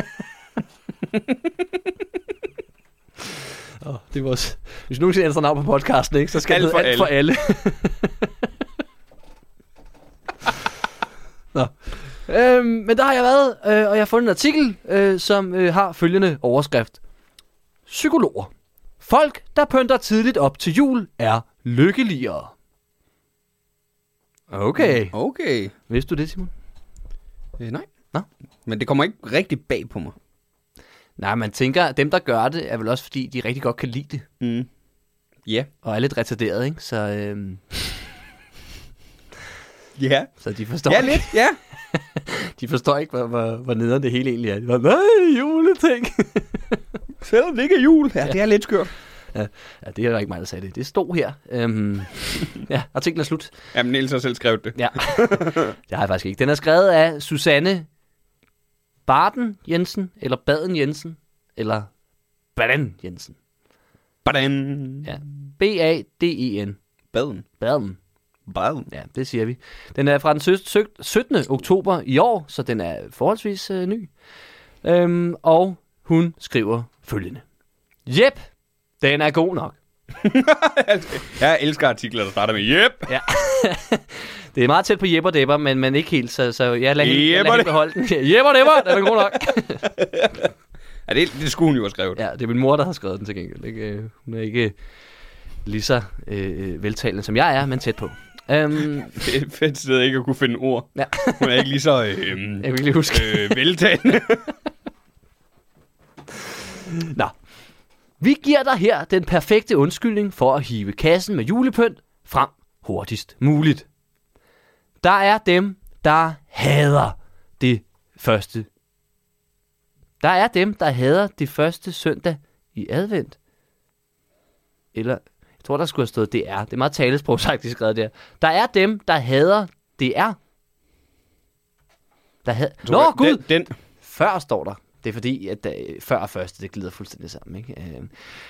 oh, det er vores... Hvis vi nogensinde ændrer navn på podcasten, ikke, så skal Alt det hedde for alt for alle. Nå. Øhm, men der har jeg været, øh, og jeg har fundet en artikel, øh, som øh, har følgende overskrift. Psykologer. Folk, der pynter tidligt op til jul, er lykkeligere. Okay. Okay. Vidste du det, Simon? Øh, nej. Nå. Men det kommer ikke rigtig bag på mig. Nej, man tænker, at dem, der gør det, er vel også fordi, de rigtig godt kan lide det. Mm. Ja. Og er lidt retarderet, ikke? Så, øhm, Ja. så de forstår Ja, ikke, lidt, ja. de forstår ikke, hvor, hvor, hvor nederen det hele egentlig er. De var, nej, juleting. Selvom det ikke er jul. Ja, det er lidt skørt. Ja, det er jo ikke mig, der sagde det. Det stod her. Øhm, ja, artiklen er slut. Jamen, Niels har selv skrevet det. Ja, det har jeg faktisk ikke. Den er skrevet af Susanne Barden Jensen, eller Baden Jensen, eller Baden Jensen. Baden. Ja, B A D E N. Baden. Baden. Baden. Ja, det siger vi. Den er fra den syttende oktober i år, så den er forholdsvis øh, ny. Øhm, og hun skriver følgende. Jep, den er god nok. Jeg elsker artikler, der starter med Jep. Ja. Det er meget tæt på Jep og Depper, men, men ikke helt, så, så jeg lader hende, jeg lader hende beholde den. Jep og Depper, den er god nok. Ja, det, det skulle hun jo have skrevet. Ja, det er min mor, der har skrevet den til gengæld. Ikke? Hun er ikke lige så øh, veltalende, som jeg er, men tæt på. Um, Det er et fedt sted ikke at kunne finde ord. Ja. Hun er ikke lige så øh, jeg vil lige huske. øh, veltalende. Nå. Vi giver dig her den perfekte undskyldning for at hive kassen med julepynt frem hurtigst muligt. Der er dem, der hader det første. Der er dem, der hader det første søndag i advent. Eller, jeg tror, der skulle have stået det er. Det er meget talesprogsagtigt skrevet der. Der er dem, der hader det er. Der had... Nå, Gud! Den, den. Før står der. Det er fordi, at uh, før og første, det glider fuldstændig sammen. Ikke? Uh,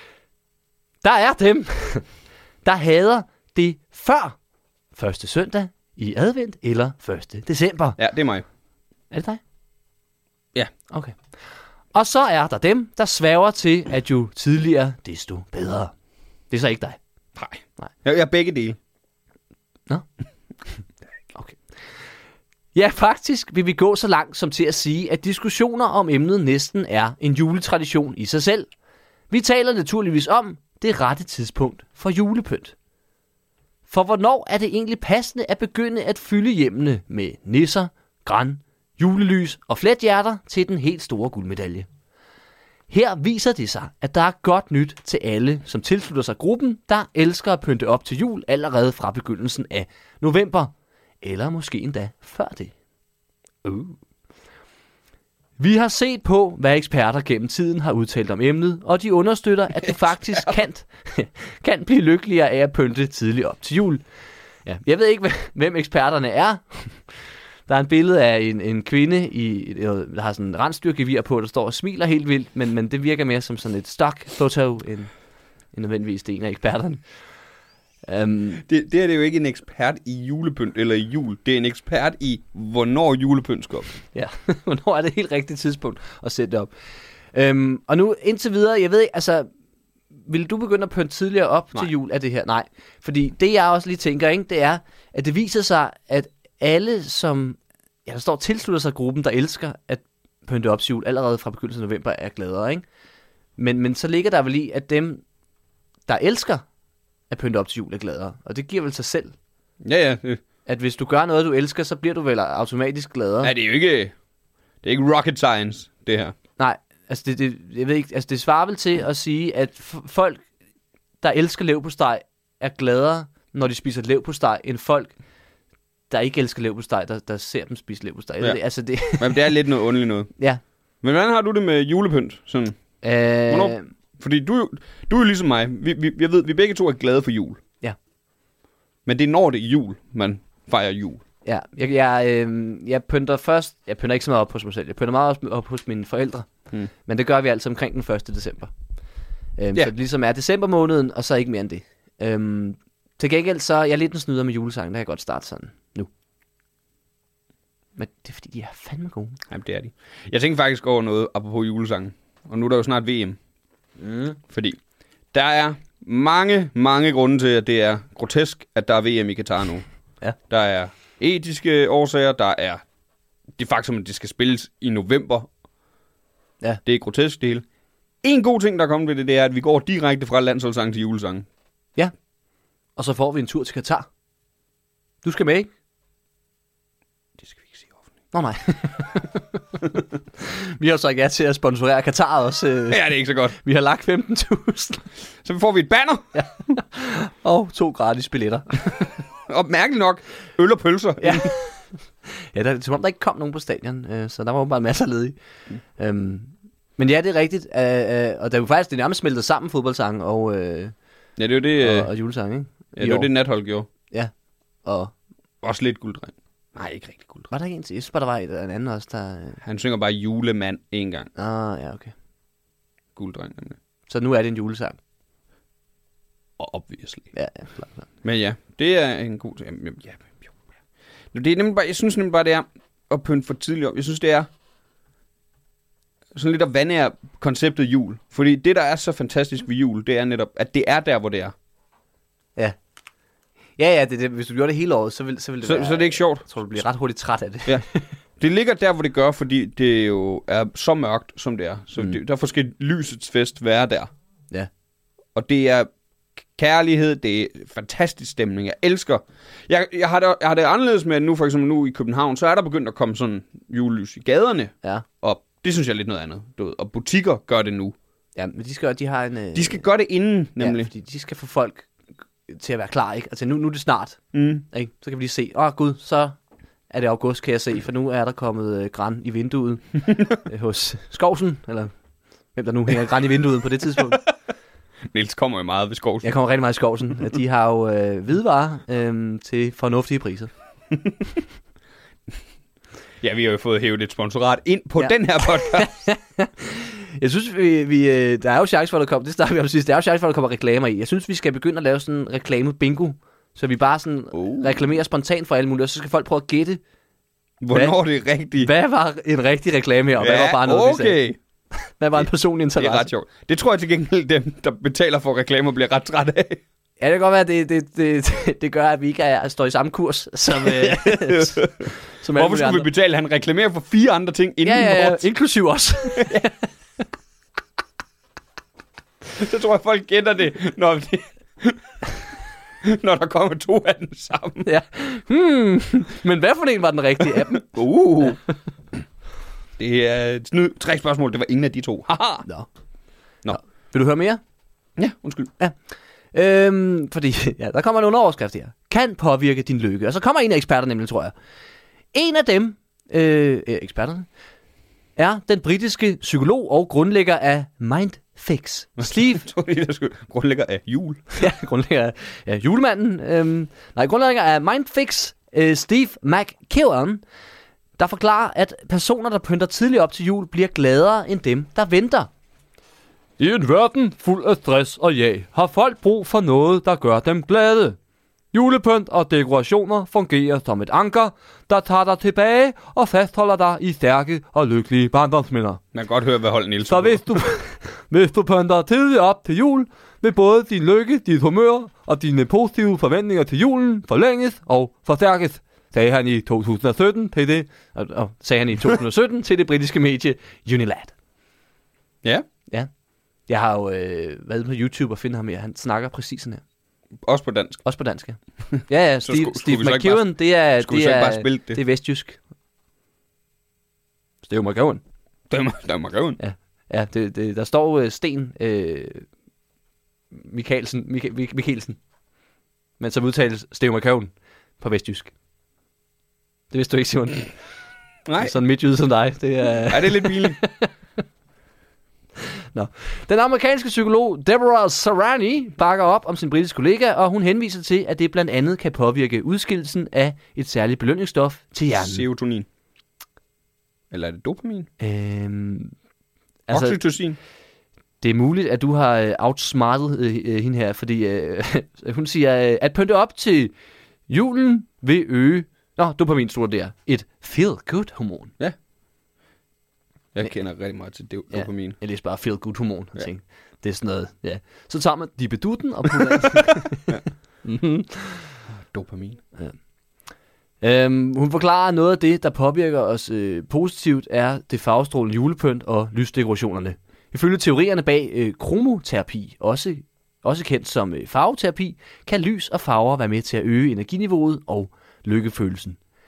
der er dem, der hader det før første søndag i advent eller første december. Ja, det er mig. Er det dig? Ja. Okay. Og så er der dem, der sværger til, at jo tidligere, desto bedre. Det er så ikke dig. Nej. Nej. Jeg, jeg er begge dele. Nå? Okay. Ja, faktisk vil vi gå så langt som til at sige, at diskussioner om emnet næsten er en juletradition i sig selv. Vi taler naturligvis om det rette tidspunkt for julepynt. For hvornår er det egentlig passende at begynde at fylde hjemmene med nisser, gran, julelys og flethjerter til den helt store guldmedalje? Her viser det sig, at der er godt nyt til alle, som tilslutter sig gruppen, der elsker at pynte op til jul allerede fra begyndelsen af november. Eller måske endda før det. Uh. Vi har set på, hvad eksperter gennem tiden har udtalt om emnet, og de understøtter, at du faktisk kan, kan blive lykkeligere af at pynte tidligt op til jul. Ja, jeg ved ikke, hvem eksperterne er. Der er en billede af en, en kvinde, i, der har sådan en rensdyrgevir på, der står og smiler helt vildt, men, men det virker mere som sådan et stock-foto, end, end nødvendigvis det en af eksperterne. Um, Det, det er det jo ikke en ekspert i julepynt eller i jul. Det er en ekspert i, hvornår julepynt skal op. Ja, hvornår er det helt rigtige tidspunkt at sætte det op. Um, og nu indtil videre, jeg ved ikke, altså, vil du begynde at pynte tidligere op Nej. til jul af det her? Nej, fordi det jeg også lige tænker, ikke, det er, at det viser sig, at alle, som ja, der står tilslutter sig gruppen, der elsker at pynte op til jul, allerede fra begyndelsen af november, er gladere, ikke? Men, men så ligger der vel i, at dem, der elsker at pynte op til jul, er gladere. Og det giver vel sig selv, Ja, ja. at hvis du gør noget, du elsker, så bliver du vel automatisk gladere. Ja, det er jo ikke, det er ikke rocket science, det her. Nej, altså det, det, jeg ved ikke, altså det svarer vel til at sige, at f- folk, der elsker leverpostej, er gladere, når de spiser leverpostej, end folk, der ikke elsker leverpostej, der, der ser dem spise leverpostej. Ja. Ja. Det, altså det, Men det er lidt noget underligt noget. ja. Men hvordan har du det med julepynt? Sådan? Øh, Hvornår? Fordi du, er jo- du er jo ligesom mig. Vi, vi, jeg ved, vi begge to er glade for jul. Ja. Men det er når det er jul, man fejrer jul. Ja, jeg, jeg, øh, jeg pynter først, jeg pynter ikke så meget op hos mig selv, jeg pynter meget op, op hos mine forældre, Hmm. men det gør vi altid omkring den første december. Øhm, Ja. Så det ligesom er december måneden, og så ikke mere end det. Øhm, til gengæld så er jeg lidt en snyder med julesangen, der kan jeg godt starte sådan nu. Men det er fordi, de er fandme gode. Jamen, det er de. Jeg tænkte faktisk over noget apropos julesangen. Og nu er der jo snart V M. Mm. Fordi der er mange, mange grunde til, at det er grotesk, at der er V M i Katar nu. Ja. Der er etiske årsager, der er det faktum, at det skal spilles i november. Ja. Det er grotesk det hele. En god ting, der er kommet ved det, det er, at vi går direkte fra landsholdssang til julesang. Og så får vi en tur til Katar. Du skal med, ikke? Det skal vi ikke sige offentligt. Nå nej. Vi har så ikke til at sponsorere Katar også. Ja, det er ikke så godt. Vi har lagt femten tusind. Så får vi et banner. Ja. Og to gratis billetter. Og mærkeligt nok, øl og pølser. Ja. Ja, der, som om der ikke kom nogen på stadion, øh, så der var bare masser af ledige. Mm. Øhm, men ja, det er rigtigt. Øh, øh, og der er jo faktisk, det er nærmest smeltet sammen, fodboldsang og, øh, ja, det er jo det, og, og julesang, ikke? Ja, det var det, Nathold gjorde. Ja, og... Også lidt gulddreng. Nej, ikke rigtig gulddreng. Var der ikke en til? Jeg synes bare, der var et, en anden også, der... Han synger bare julemand en gang. Ah, ja, okay. Gulddreng, nemlig. Så nu er det en julesang? Og obviously. Ja, ja, klart, klart. Men ja, det er en god... Jamen, ja, ja, ja. Det er nemlig bare, jeg synes nemlig bare, det er at pynte for tidligt op. Jeg synes, det er sådan lidt at vandære konceptet jul. Fordi det, der er så fantastisk ved jul, det er netop, at det er der, hvor det er. Ja. Ja, ja, det, det, hvis du gjorde det hele året, så vil, så vil det så, være... Så det er ikke sjovt. Jeg tror, du bliver ret hurtigt træt af det. Ja. Det ligger der, hvor det gør, fordi det jo er så mørkt, som det er. Så Mm. det, derfor skal lysets fest være der. Ja. Og det er kærlighed, det er fantastisk stemning. Jeg elsker... Jeg, jeg, har, det, jeg har det anderledes med, at nu for eksempel nu i København, så er der begyndt at komme sådan julelys i gaderne Ja. op. Det synes jeg er lidt noget andet. Du ved. Og butikker gør det nu. Ja, men de skal, de har en... Øh... De skal gøre det inden, nemlig. Ja, fordi de skal få folk til at være klar, ikke? Altså, nu, nu er det snart, Mm. ikke? Så kan vi lige se, åh oh, gud, så er det august, kan jeg se, for nu er der kommet øh, gran i vinduet øh, hos Skovsen, eller hvem der nu hænger gran i vinduet på det tidspunkt. Niels kommer jo meget ved Skovsen. Jeg kommer rigtig meget i Skovsen. De har jo øh, hvidevarer øh, til fornuftige priser. Ja, vi har jo fået hævet et sponsorat ind på Ja. den her podcast. Jeg synes, vi, vi, øh, der er jo chance for, at der kommer, det starter vi om sidst, der er jo chance for, at der kommer reklamer i. Jeg synes, vi skal begynde at lave sådan en reklame bingo, så vi bare sådan Oh. reklamerer spontant for alle mulige, og så skal folk prøve at gætte, Hvornår det er rigtigt. hvad var en rigtig reklame her, og ja, hvad var bare noget, vi sagde. okay. Hvad var en personlig Det er interesse? ret sjovt. Det tror jeg til gengæld, dem, der betaler for reklamer, bliver ret træt af. Ja, det kan godt være, at det, det, det, det gør, at vi ikke er, står i samme kurs, som, øh, som alle Hvorfor mulige skulle vi andre. betale? Han reklamerer for fire andre ting inden Ja, ja, ja, vores. inklusiv os. Så tror jeg, folk gætter det, når, det, når der kommer to af dem sammen. Ja. Hmm. Men hvad for en var den rigtige af dem? Uh. Det er et snyd. Tre spørgsmål. Det var ingen af de to. Haha. Nå. Nå. Vil du høre mere? Ja, undskyld. Øhm, fordi, ja, der kommer nogle overskrifter her. Kan påvirke din lykke. Og så kommer en af eksperterne nemlig, tror jeg. En af dem, øh, eksperterne, er den britiske psykolog og grundlægger af Mindfix. Steve. Jeg tror lige, der skulle grundlægger af jul. Ja, grundlægger af ja, julemanden. Øhm, nej, grundlægger af Mindfix, øh, Steve McKeown, der forklarer, at personer, der pynter tidligt op til jul, bliver gladere end dem, der venter. I en verden fuld af stress og jag, har folk brug for noget, der gør dem glade. Julepynt og dekorationer fungerer som et anker, der tager dig tilbage og fastholder dig i stærke og lykkelige barndomsminder. Man kan godt høre, hvad hold Niels Så hvis du, hvis du pynter tidligt op til jul, vil både din lykke, dit humør og dine positive forventninger til julen forlænges og forstærkes, sagde han i to tusind og sytten til det, og, og sagde han i to tusind og sytten til det britiske medie Unilad. Ja, Ja. Jeg har jo øh, været på YouTube og finde ham her. Han snakker præcis sådan her. også på dansk. Også på dansk, ja. Ja, ja, Så Steve, skulle- skulle Steve vi så ikke McKeown, det er, skulle vi det, så ikke er, bare spille det? det er vestjysk. Steve McKeown. Der er, der er Margaven. Ja, ja det, det, der står uh, Sten øh, Mikkelsen, Mik- Mik- Mikkelsen, men som udtales Steve McKeown på vestjysk. Det vidste du ikke, Simon. Nej, Sådan midtjyde som dig. Det er... er det lidt billigt? Nå. Den amerikanske psykolog Deborah Serrani bakker op om sin britiske kollega, og hun henviser til, at det blandt andet kan påvirke udskillelsen af et særligt belønningsstof til hjernen. Serotonin. Eller er det dopamin? Øhm, altså, Oxytocin? det er muligt, at du har øh, outsmartet øh, hende her, fordi øh, hun siger, øh, at pynte op til julen vil øge, nå, dopamin står der, et feel-good-hormon. Jeg kender rigtig meget til do- Ja. dopamin. Jeg læser bare feel-good-hormon, og Ja. tænkte, det er sådan noget, ja. Så tager man dibedutten og putter mm-hmm. Dopamin. Øhm, hun forklarer, at noget af det, der påvirker os øh, positivt, er det farvestrålende julepynt og lysdekorationerne. Ifølge teorierne bag øh, kromoterapi, også, også kendt som øh, farveterapi, kan lys og farver være med til at øge energiniveauet og lykkefølelsen.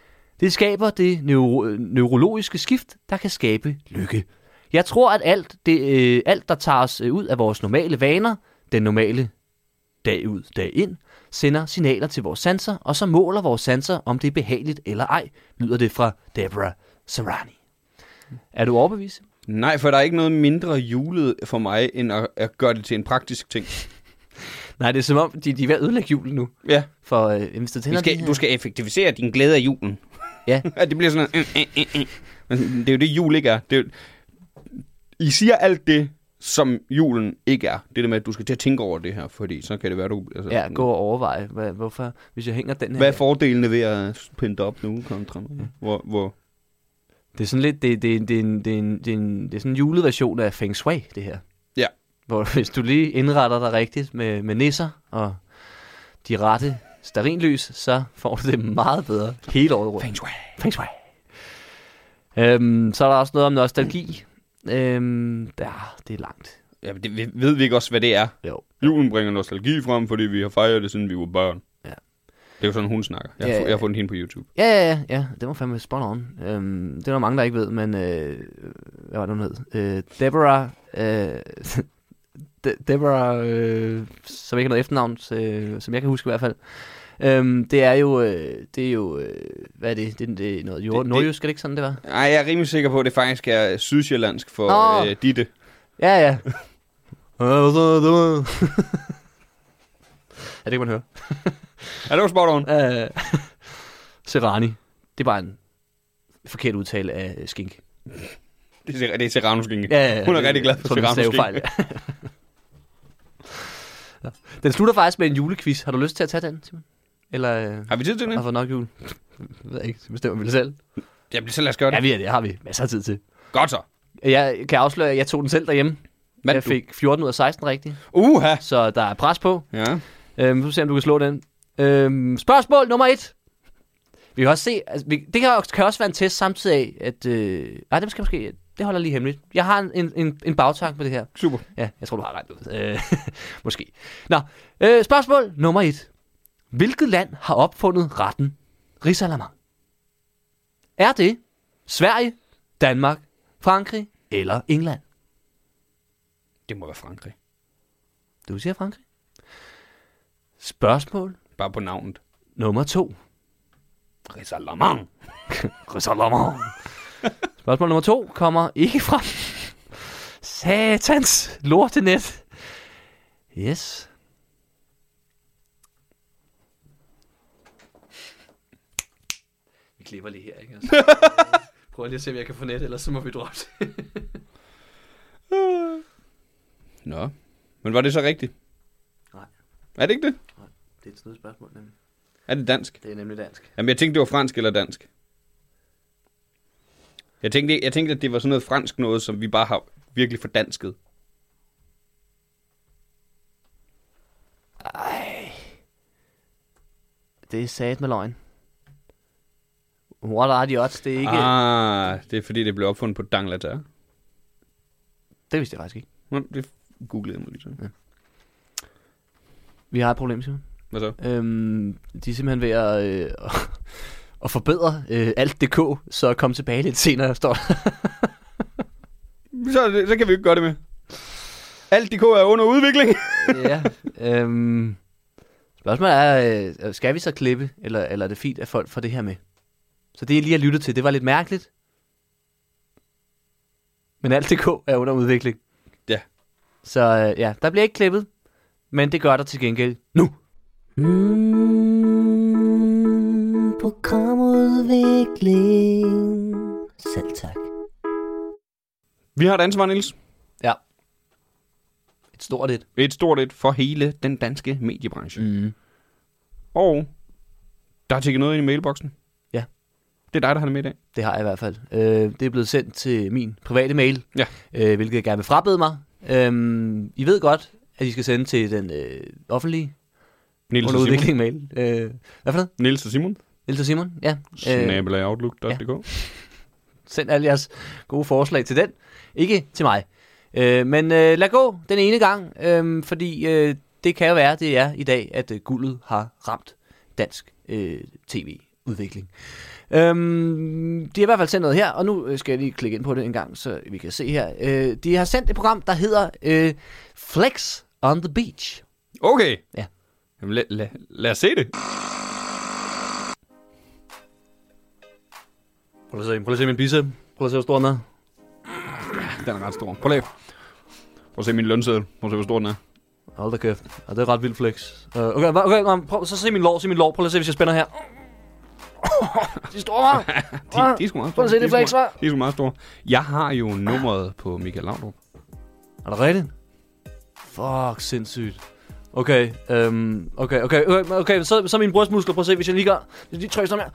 Det skaber det neuro- neurologiske skift, der kan skabe lykke. Jeg tror, at alt, det, øh, alt der tager os øh, ud af vores normale vaner, den normale dag ud, dag ind, sender signaler til vores sanser, og så måler vores sanser, om det er behageligt eller ej, lyder det fra Deborah Serrani. Er du overbevist? Nej, for der er ikke noget mindre julet for mig, end at, at gøre det til en praktisk ting. Nej, det er som om, de, de er ved at ødelægge julen nu. Ja. For øh, hvis du tænder skal, de her... Du skal effektivisere din glæde af julen. Ja. At det bliver sådan noget... Øh, øh, øh. Men det er jo det, jul ikke er. Det er jo... I siger alt det, som julen ikke er. Det der med, at du skal til at tænke over det her, fordi så kan det være, du... Altså, Ja, gå og overveje, hvad, hvorfor, hvis jeg hænger den her... Hvad er fordelene ved at pynte op nu kontra nu? Ja. Hvor, hvor... Det er sådan lidt, det, det, det, er en, det, er en, det, er en, det er sådan en julet version af Feng Shui, det her. Ja. Hvor hvis du lige indretter dig rigtigt med, med nisser og de rette stearinlys, så får du det meget bedre hele året rundt. Feng Shui. Feng Shui. Øhm, så er der også noget om nostalgi. Øhm, der, det er langt. Ja, det, vi- ved vi ikke også, hvad det er? Jo. Julen bringer nostalgi frem, fordi vi har fejret det, siden vi var børn. Ja. Det er jo sådan, hun snakker. Jeg har, Ja, fu- ja, jeg har fundet hende på YouTube. Ja, ja, ja, ja, det var fandme spot on. Øhm, det er der mange, der ikke ved, men øh, hvad var det, hun hed? Øh, Deborah, øh, De- Deborah, øh, som ikke har noget efternavn, øh, som jeg kan huske i hvert fald. Øhm, det er jo, øh, det er jo, øh, hvad er det? Det, er- det er noget jord, det- nordjysk, er det ikke sådan, det var? Nej, jeg er rimelig sikker på, at det faktisk er sydsjællandsk for Nå. øh, Ditte. Ja, ja. Ja, det kan man høre. Ja, det var spot on. Øh, Serrani. Det er bare en forkert udtale af skink. Det er, det er serrano-skinke. Ja, ja, Hun er det- rigtig glad for tror, det er en serrano-skinke. stavefejl, ja. Den slutter faktisk med en julequiz. Har du lyst til at tage den, Simon? Eller øh, Har vi tid til har det? fået nok jul? Jeg ved ikke, det bestemmer vi det selv. Jamen, så lad os gøre det. Ja, vi er det. Har vi masser af tid til. Godt så. Jeg kan afsløre, at jeg tog den selv derhjemme. Hvad Jeg fik fjorten ud af seksten rigtigt. Uha. Så der er pres på. Ja. Øhm, vi får se, om du kan slå den. Øhm, spørgsmål nummer et. Vi kan også se, altså, vi, det kan, kan også være en test samtidig af, at... Øh, nej, det skal måske... Det holder lige hemmeligt. Jeg har en, en, en bagtank på det her. Super. Ja, jeg tror, du har ret ud. Øh, måske. Nå, øh, spørgsmål nummer et. Hvilket land har opfundet retten risalamande? Er det Sverige, Danmark, Frankrig eller England? Det må være Frankrig. Du siger Frankrig. Spørgsmål Bare på navnet. nummer to. Risalamande. Risalamande. Spørgsmål nummer to kommer ikke fra satans lortenet. Yes. Vi klipper lige her, ikke? Altså, prøv lige at se, om jeg kan få net, ellers så må vi droppe det. Nå. Men var det så rigtigt? Nej. Er det ikke det? Det er et snydt spørgsmål, nemlig. Er det dansk? Det er nemlig dansk. Jamen, jeg tænkte, det var fransk eller dansk. Jeg tænkte, jeg tænkte, at det var sådan noget fransk noget, som vi bare har virkelig fordansket. Ej. Det er sat med løgn. What are the odds? Det er ikke... Ah, det er fordi, det blev opfundet på Dangleterre. Det vidste jeg faktisk ikke. Nå, det googlede jeg mig lige så. Ja. Vi har et problem, Simon. Hvad så? Øhm, de er simpelthen ved at, øh, at forbedre øh, alt punktum d k, så kom tilbage lidt senere, står der. Så, så kan vi ikke gøre det med. Alt D K er under udvikling. Ja. Øhm, spørgsmålet er, øh, skal vi så klippe, eller, eller er det fint, at folk får det her med? Så det, jeg lige har lyttet til, det var lidt mærkeligt. Men alt punktum d k er under udvikling. Ja. Så øh, ja, der bliver ikke klippet, men det gør der til gengæld nu. Mm, programudvikling. Selv tak. Vi har et ansvar, Niels. Ja. Et stort et. Et stort et for hele den danske mediebranche. Mm. Og der er tækket noget ind i mailboksen. Ja. Det er dig, der har det med i dag. Det har jeg i hvert fald. Øh, det er blevet sendt til min private mail, Ja. øh, hvilket jeg gerne vil frabede mig. Øh, I ved godt, at I skal sende til den øh, offentlige Niels og Simon. underudvikling mail. Øh, hvad for noget? Niels og Simon. Niels og Simon? Ja. Øh, Snabelag outlook punktum d k. send alle jeres gode forslag til den. Ikke til mig. Øh, men øh, lad gå den ene gang, øh, fordi øh, det kan jo være, det er i dag, at øh, guldet har ramt dansk øh, tv-udvikling. Øhm, de har i hvert fald sendt noget her, og nu skal jeg lige klikke ind på det en gang, så vi kan se her. Øh, de har sendt et program, der hedder øh, Flex on the Beach. Okay. Ja. Jamen, lad, lad, lad os se det. Prøv at se, prøv at se min bicep. Prøv at se, hvor stor den er. Den er ret stor. Prøv lige. Prøv at se min lønseddel. Prøv at se, hvor stor den er. Hold da kæft. Ja, det er ret vildt flex. Uh, okay, okay, okay, prøv så se min lår, se min lår. Prøv at se, hvis jeg spænder her. De er store, hva'? de, de er sgu meget store. Prøv at se det De er flex, sgu- hva'? De er sgu meget store. Jeg har jo nummeret på Michael Laudrup. Er det rigtigt? Fuck, sindssygt. Okay, øhm, okay, okay, okay, okay, så, så mine brystmuskler, prøv at se, hvis jeg lige gør, hvis jeg lige trykker sådan her.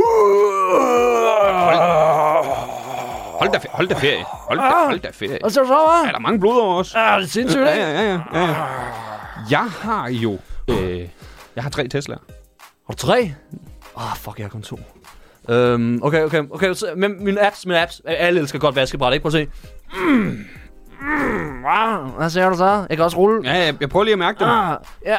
Hold da, hold da ferie. Hold da, hold da ferie. Og så så, hva'? Er der mange blod over os? Ah, det er sindssygt, Ja, ikke? ja, ja, ja, ja. Jeg har jo... Øh, jeg har tre Tesla'er. Har du tre? Åh, oh, fuck, jeg har kun to. Øhm, okay, okay, okay, så, men mine apps, mine apps, alle elsker godt vaskebræt, ikke? Prøv at se. Mm. Mm. Wow, hvad ser du så? Jeg kan også rulle. Ja, jeg, jeg prøver lige at mærke dem. Ah, ja.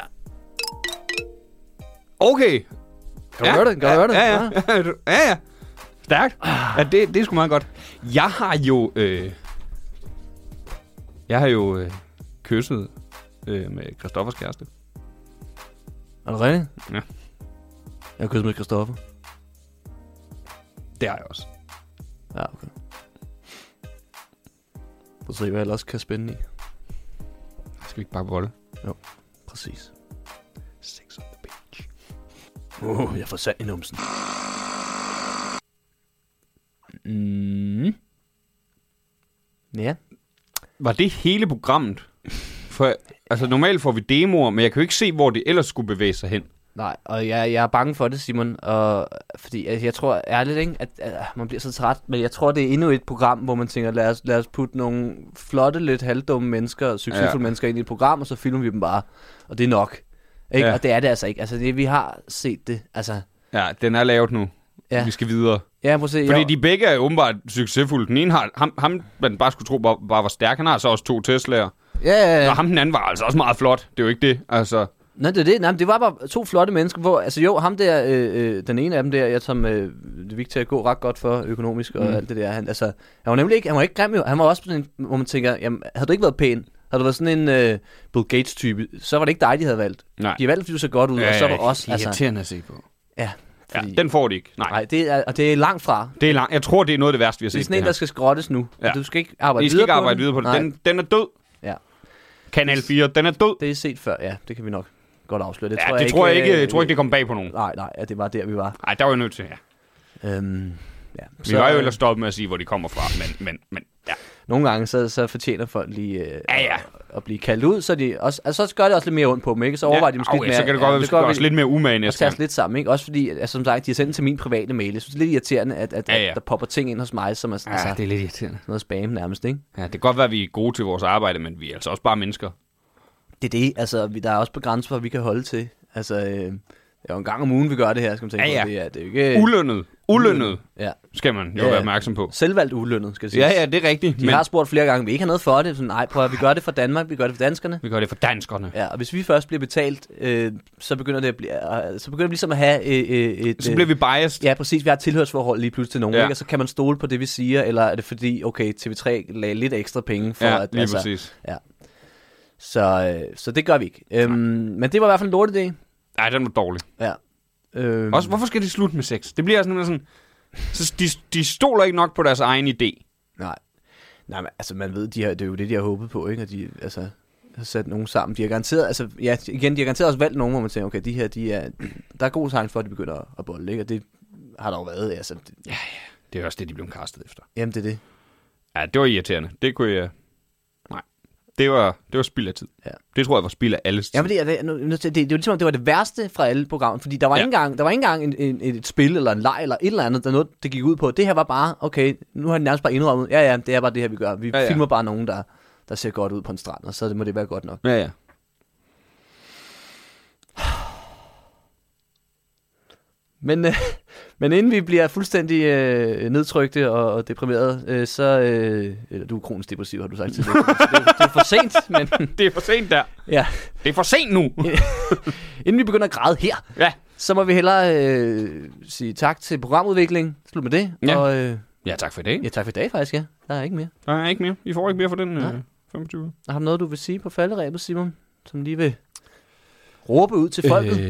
Okay. Kan du høre det? Kan du høre det? Ja, ja. Ja, ja. ja. Stærkt. Ja, det, det er sgu meget godt. Jeg har jo... Øh, jeg har jo øh, kysset øh, med Christoffers kæreste. Er det rigtigt? Ja. Jeg har kysset med Christoffer. Det har jeg også. Ja, okay. Prøv at se, hvad jeg ellers kan spænde i. Skal vi ikke bare volde? Jo, præcis. Sex on the beach. Åh, oh, jeg får sand i numsen. Mm. Ja. Var det hele programmet? For, altså normalt får vi demoer, men jeg kan jo ikke se, hvor det ellers skulle bevæge sig hen. Nej, og jeg, jeg er bange for det, Simon. Og, fordi altså, jeg tror ærligt, ikke, at, at man bliver så træt. Men jeg tror, det er endnu et program, hvor man tænker, lad os, lad os putte nogle flotte, lidt halvdumme mennesker, succesfulde ja. mennesker ind i et program, og så filmer vi dem bare. Og det er nok. Ikke? Ja. Og det er det altså ikke. Altså, det, vi har set det. Altså, Ja, den er lavet nu. Ja. Vi skal videre. ja, prøv at se. Fordi jo. de begge er åbenbart succesfulde. Den ene har, ham, ham man bare skulle tro bare, bare var stærk. Han har så også to Tesla'er. Ja, ja, ja. Og ham den anden var altså også meget flot. Det er jo ikke det, altså... Nej, det er det. Nej, men det var bare to flotte mennesker, hvor, altså jo, ham der, øh, øh, den ene af dem der, jeg som øh, det vigtigt til at gå ret godt for økonomisk og Mm. alt det der, han, altså, han var nemlig ikke, han var ikke grim jo, han var også sådan en, hvor man tænker, jamen, havde du ikke været pæn, havde du været sådan en øh, Bill Gates type, så var det ikke dig, de havde valgt. Nej. De har valgt, fordi du så godt ud, og så var der også, altså, irriterende at se på. ja, Ja, fordi, den får de ikke. Nej, nej, det er, og det er langt fra. det er langt. Jeg tror, det er noget af det værste, vi har Det er set. sådan en, der skal skrottes nu. Ja. Ja. Du skal ikke arbejde Vi skal videre ikke på arbejde den. videre på det. Nej, Den, den er død. Ja. Kanal fire, den er død. det er set før, ja, det kan vi nok godt afsløre. Det Ja, tror det jeg tror jeg ikke, øh, jeg tror ikke, det kom bag på nogen. Nej, nej, ja, det var der, vi var. Nej, der var jeg nødt til, ja. Øhm, ja. Vi var jo ellers stoppet med at sige, hvor de kommer fra, men, men, men ja. Nogle gange, så, så fortjener folk lige øh, Ja, ja. At, at blive kaldt ud, så, de også, altså, så gør det også lidt mere ondt på dem, ikke? Så overvejer de måske Au, lidt ja, mere. så kan det godt være, at vi skal gøre os lidt mere umage og næste tage os gang. lidt sammen, ikke? Også fordi, altså, som sagt, de har sendt til min private mail. Jeg synes, det er lidt irriterende, at, at, Ja, ja. at der popper ting ind hos mig, som er Ja, altså, det er lidt irriterende. noget spam nærmest, ikke? Ja, det kan godt være, at vi er gode til vores arbejde, men vi er altså også bare mennesker. Det er det, altså, vi, der er også begrænset, hvad vi kan holde til. Altså, øh, det er jo en gang om ugen, vi gør det her, skal man tænke Ja, på. ja. Det er, det er jo ikke... Ulønnet. Ulønnet Ja. skal man jo Ja, ja. være opmærksom på. Selvvalgt ulønnet, skal jeg sige. Ja, ja, det er rigtigt. De Men har spurgt flere gange, vi ikke har noget for det. Sådan, nej, prøv at vi gør det for Danmark, vi gør det for danskerne. vi gør det for danskerne. Ja, og hvis vi først bliver betalt, øh, så begynder det at blive, øh, så begynder vi ligesom at have øh, øh, et... Så bliver vi biased. Ja, præcis. Vi har et tilhørsforhold lige pludselig til nogen, Ja. ikke? Og så kan man stole på det, vi siger, eller er det fordi, okay, T V tre lagde lidt ekstra penge for Ja, at... lige præcis. Så, øh, så det gør vi ikke. Øhm, men det var i hvert fald en lortedé. Nej, den var dårlig. Ja. Øhm, Også, hvorfor skal de slutte med sex? Det bliver sådan, sådan så de, de stoler ikke nok på deres egen idé. Nej. Nej, men altså, man ved, de har, det er jo det, de har håbet på, ikke? Og de altså, har sat nogen sammen. De har garanteret, altså, ja, igen, de har garanteret også valgt nogen, hvor man tænker, okay, de her, de er... Der er god chance for, at de begynder at bolde, ikke? Og det har der jo været, altså... Det, Ja, ja. Det er også det, de blev castet efter. jamen, det er det. Ja, det var irriterende. Det kunne jeg... Nej. Det var, det var spild af tid. Ja. Det tror jeg var spild af alles tid. Ja, men det, er, det, er- det, det, det, er jo ligesom, det var det værste fra alle programmer, fordi der var Ja. ikke engang, der var ikke engang en, en, et spil eller en leg eller et eller andet, der noget, det gik ud på. Det her var bare, okay, nu har de nærmest bare indrømmet, ja, ja, det er bare det her, vi gør. Vi Ja, ja, ja. filmer bare nogen, der, der ser godt ud på en strand, og så må det være godt nok. Ja, ja. Men, øh, men inden vi bliver fuldstændig øh, nedtrykte og, og deprimerede, øh, så... Øh, eller du er kronisk depressiv, har du sagt tidligere. Så det, er, det er for sent, men... Det er for sent der. Ja. Det er for sent nu. Inden vi begynder at græde her, Ja. Så må vi hellere øh, sige tak til programudvikling. Slut med det. Ja. Og, øh, Ja, tak for i dag. ja, tak for i dag faktisk, ja. Der er ikke mere. Der er ikke mere. I får ikke mere for den øh, femogtyve. Har du noget, du vil sige på falderæbet, Simon? Som lige vil råbe ud til folket? Øh...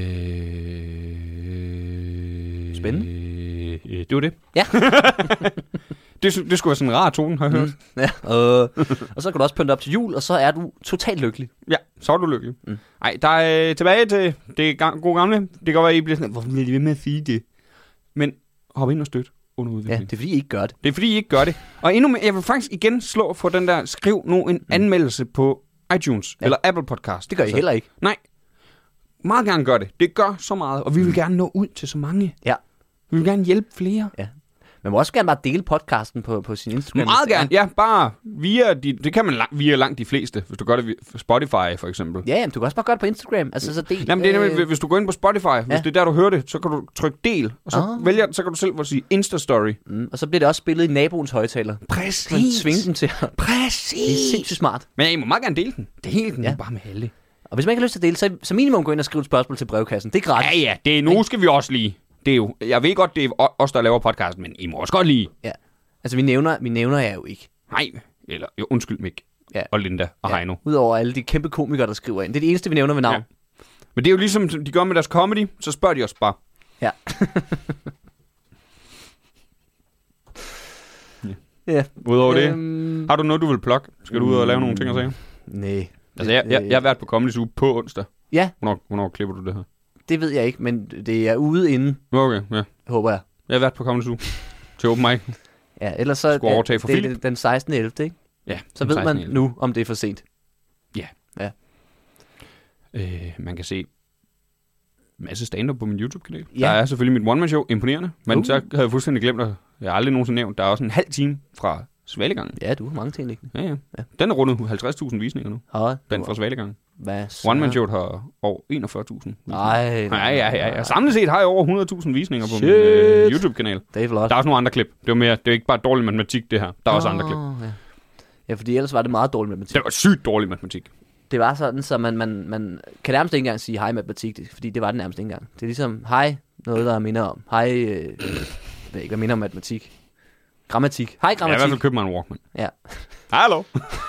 Spændende. Øh, det var det. Ja. det, det skulle være sådan en rar tone, har jeg hørt. Mm. Ja, øh, og så kan du også pynte op til jul, og så er du totalt lykkelig. Ja, så er du lykkelig. Mm. Ej, der er øh, tilbage til det ga- gode gamle. Det kan godt være, at I bliver sådan, hvorfor bliver de ved med at sige det? Men hop ind og støt under Ja, udviklingen. det er fordi, I ikke gør det. Det er fordi, I ikke gør det. Og endnu mere, jeg vil faktisk igen slå for den der, skriv nu en anmeldelse på iTunes Ja. eller Apple Podcast. Det gør I heller ikke. Nej. Meget gerne gør det. Det gør så meget, og vi vil gerne nå ud til så mange. Ja. Vi vil gerne hjælpe flere. Ja. Man må også gerne bare dele podcasten på, på sin Instagram. Meget gerne. Ja, bare via de, det kan man lang, via langt de fleste, hvis du gør det via Spotify for eksempel. Ja, jamen, du kan også bare gøre det på Instagram. Altså, så del. Jamen, det er nemlig, hvis du går ind på Spotify, ja. hvis det er der, du hører det, så kan du trykke del, og så Ah. vælger, så kan du selv sige Insta-story. Mm, og så bliver det også spillet i naboens højtaler. Præcis. Man tvinger dem til at... Præcis. Det er sindssygt smart. Men I må meget gerne dele den. Del den Ja. ja. bare med alle. Og hvis man ikke har lyst til at dele, så, så minimum gå ind og skrive et spørgsmål til brevkassen. Det er gratis. Ja, ja, det er, nu skal vi også lige. Det er jo, jeg ved godt, det er os, der laver podcasten, men I må også godt lige. Ja. Altså, vi nævner, vi nævner jer jo ikke. Nej, eller jo, undskyld Mik Ja. og Linda og Ja. Heino. Udover alle de kæmpe komikere, der skriver ind. Det er det eneste, vi nævner ved navn. Ja. Men det er jo ligesom, de gør med deres comedy, så spørger de os bare. Ja. Ja. Ja. Udover det, Øhm, har du noget, du vil plukke? Skal du ud og lave nogle ting og sager? Nej. Altså, jeg, jeg, jeg har været på Comedy Zoo på onsdag. Ja, Hvornår, hvornår klipper du det her? det ved jeg ikke, men det er ude inden, Okay, ja. håber jeg. Jeg har været på Comedy Zoo til open mic. Ja, ellers så Skulle overtage for det er Philip. det den sekstende ellevte ikke? Ja, Så den ved man sekstende ellevte nu, om det er for sent. Øh, man kan se en masse stand-up på min YouTube-kanal. Ja. Der er selvfølgelig mit one-man-show, imponerende. Men Uh. så havde jeg fuldstændig glemt, at jeg har aldrig nogensinde nævnt, der er også en halv time fra Svalegangen. Ja, du har mange ting liggende. Ja, ja. Ja. Den er rundet halvtreds tusind visninger nu. Og Den fra Svalegangen. hvad så? One-man-showet har over enogfyrre tusind visninger. Nej, Ja, ja, ja, ja. Samlet set har jeg over hundrede tusind visninger på Shit. min øh, YouTube-kanal. det er flot. Der er også nogle andre klip. Det var mere, det er ikke bare dårlig matematik, det her. Der er også andre klip. Åh, ja. Ja, fordi ellers var det meget dårligt matematik. Det var sygt dårlig matematik. Det var sådan, så man, man, man kan nærmest ikke engang sige hej matematik, det- fordi det var det nærmest ikke engang. Det er ligesom hej, noget der minder om. Hej, øh, jeg ved ikke, hvad minder om matematik. Grammatik. Hej, Jeg har i hvert grammatik. fald købt mig en Walkman. Ja. Hallo.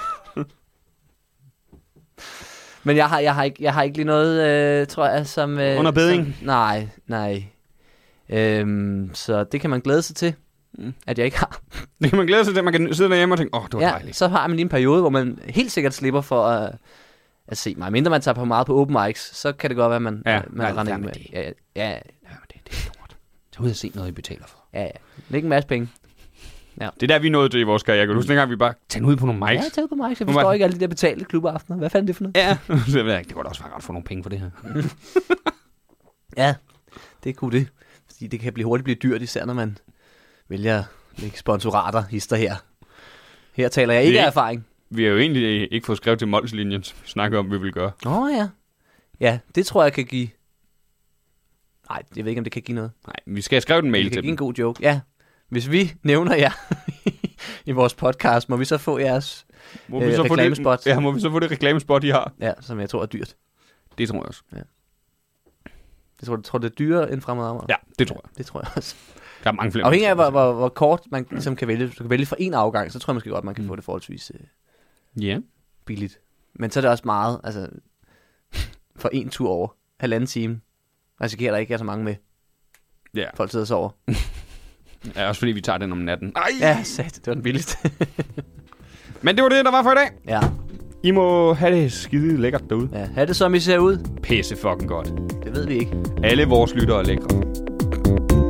Men jeg har, jeg har, ikke, jeg har ikke lige noget, øh, tror jeg, som... Øh, Under beding? Som, nej, nej. Øhm, så det kan man glæde sig til, Mm. at jeg ikke har. Det kan man glæde sig til, at man kan sidde derhjemme og tænke, åh, oh, det var Ja, dejligt. så har man lige en periode, hvor man helt sikkert slipper for at, at se mig. Mindre man tager på meget på open mics, så kan det godt være, at man, Ja, øh, man nej, render fair ind med med. det. Ja, ja, ja, Ja, men det, det er lort. Tag ud og se noget, I betaler for. ja, ja. Læg en masse penge. Det er der, vi er nået til i vores karriere. Kan du huske, dengang vi bare tager ud på nogle mics? Ja, tag på mics. Jeg Hvor forstår var- ikke alle de der betalte klubaftener. Hvad fanden er det for noget? Ja. Så jeg ved ikke, det kunne da også være ret at få nogle penge for det her. Ja, det kunne det. Fordi det kan blive hurtigt blive dyrt, især når man vælger at lægge sponsorater, hister her. Her taler jeg ikke Det er af ikke- erfaring. Vi har jo egentlig ikke fået skrevet til Mols-linjen, som vi snakker om, vi vil gøre. Åh oh, ja. Ja, det tror jeg kan give... Nej, jeg ved ikke, om det kan give noget. Nej, vi skal have skrevet en mail Det kan til give en dem. god joke. Ja, hvis vi nævner jer i vores podcast, må vi så få jeres... Må øh, så få det, reklamespot. ja, må vi så få det reklamespot, I har? Ja, som jeg tror er dyrt. Det tror jeg også. Jeg tror, jeg tror det er dyrere end Fremad Amager. Ja, det tror jeg. Det tror jeg også. Der er mange flere. Afhængig af, hvor, mennesker, hvor, hvor kort man ligesom kan vælge. Du kan vælge for en afgang, så tror jeg måske godt, man kan Mm. få det forholdsvis øh, Ja. billigt. Men så er det også meget, altså... for en tur over halvanden time, risikerer der ikke er så mange med. Ja. Folk sidder og sover. Ja, også fordi vi tager den om natten. Ej. Ja, sat. Det var den billigste. Men det var det, der var for i dag. ja. I må have det skide lækkert derude. ja. Ha' det som I ser ud. Pisse fucking godt. Det ved vi ikke. Alle vores lyttere er lækre.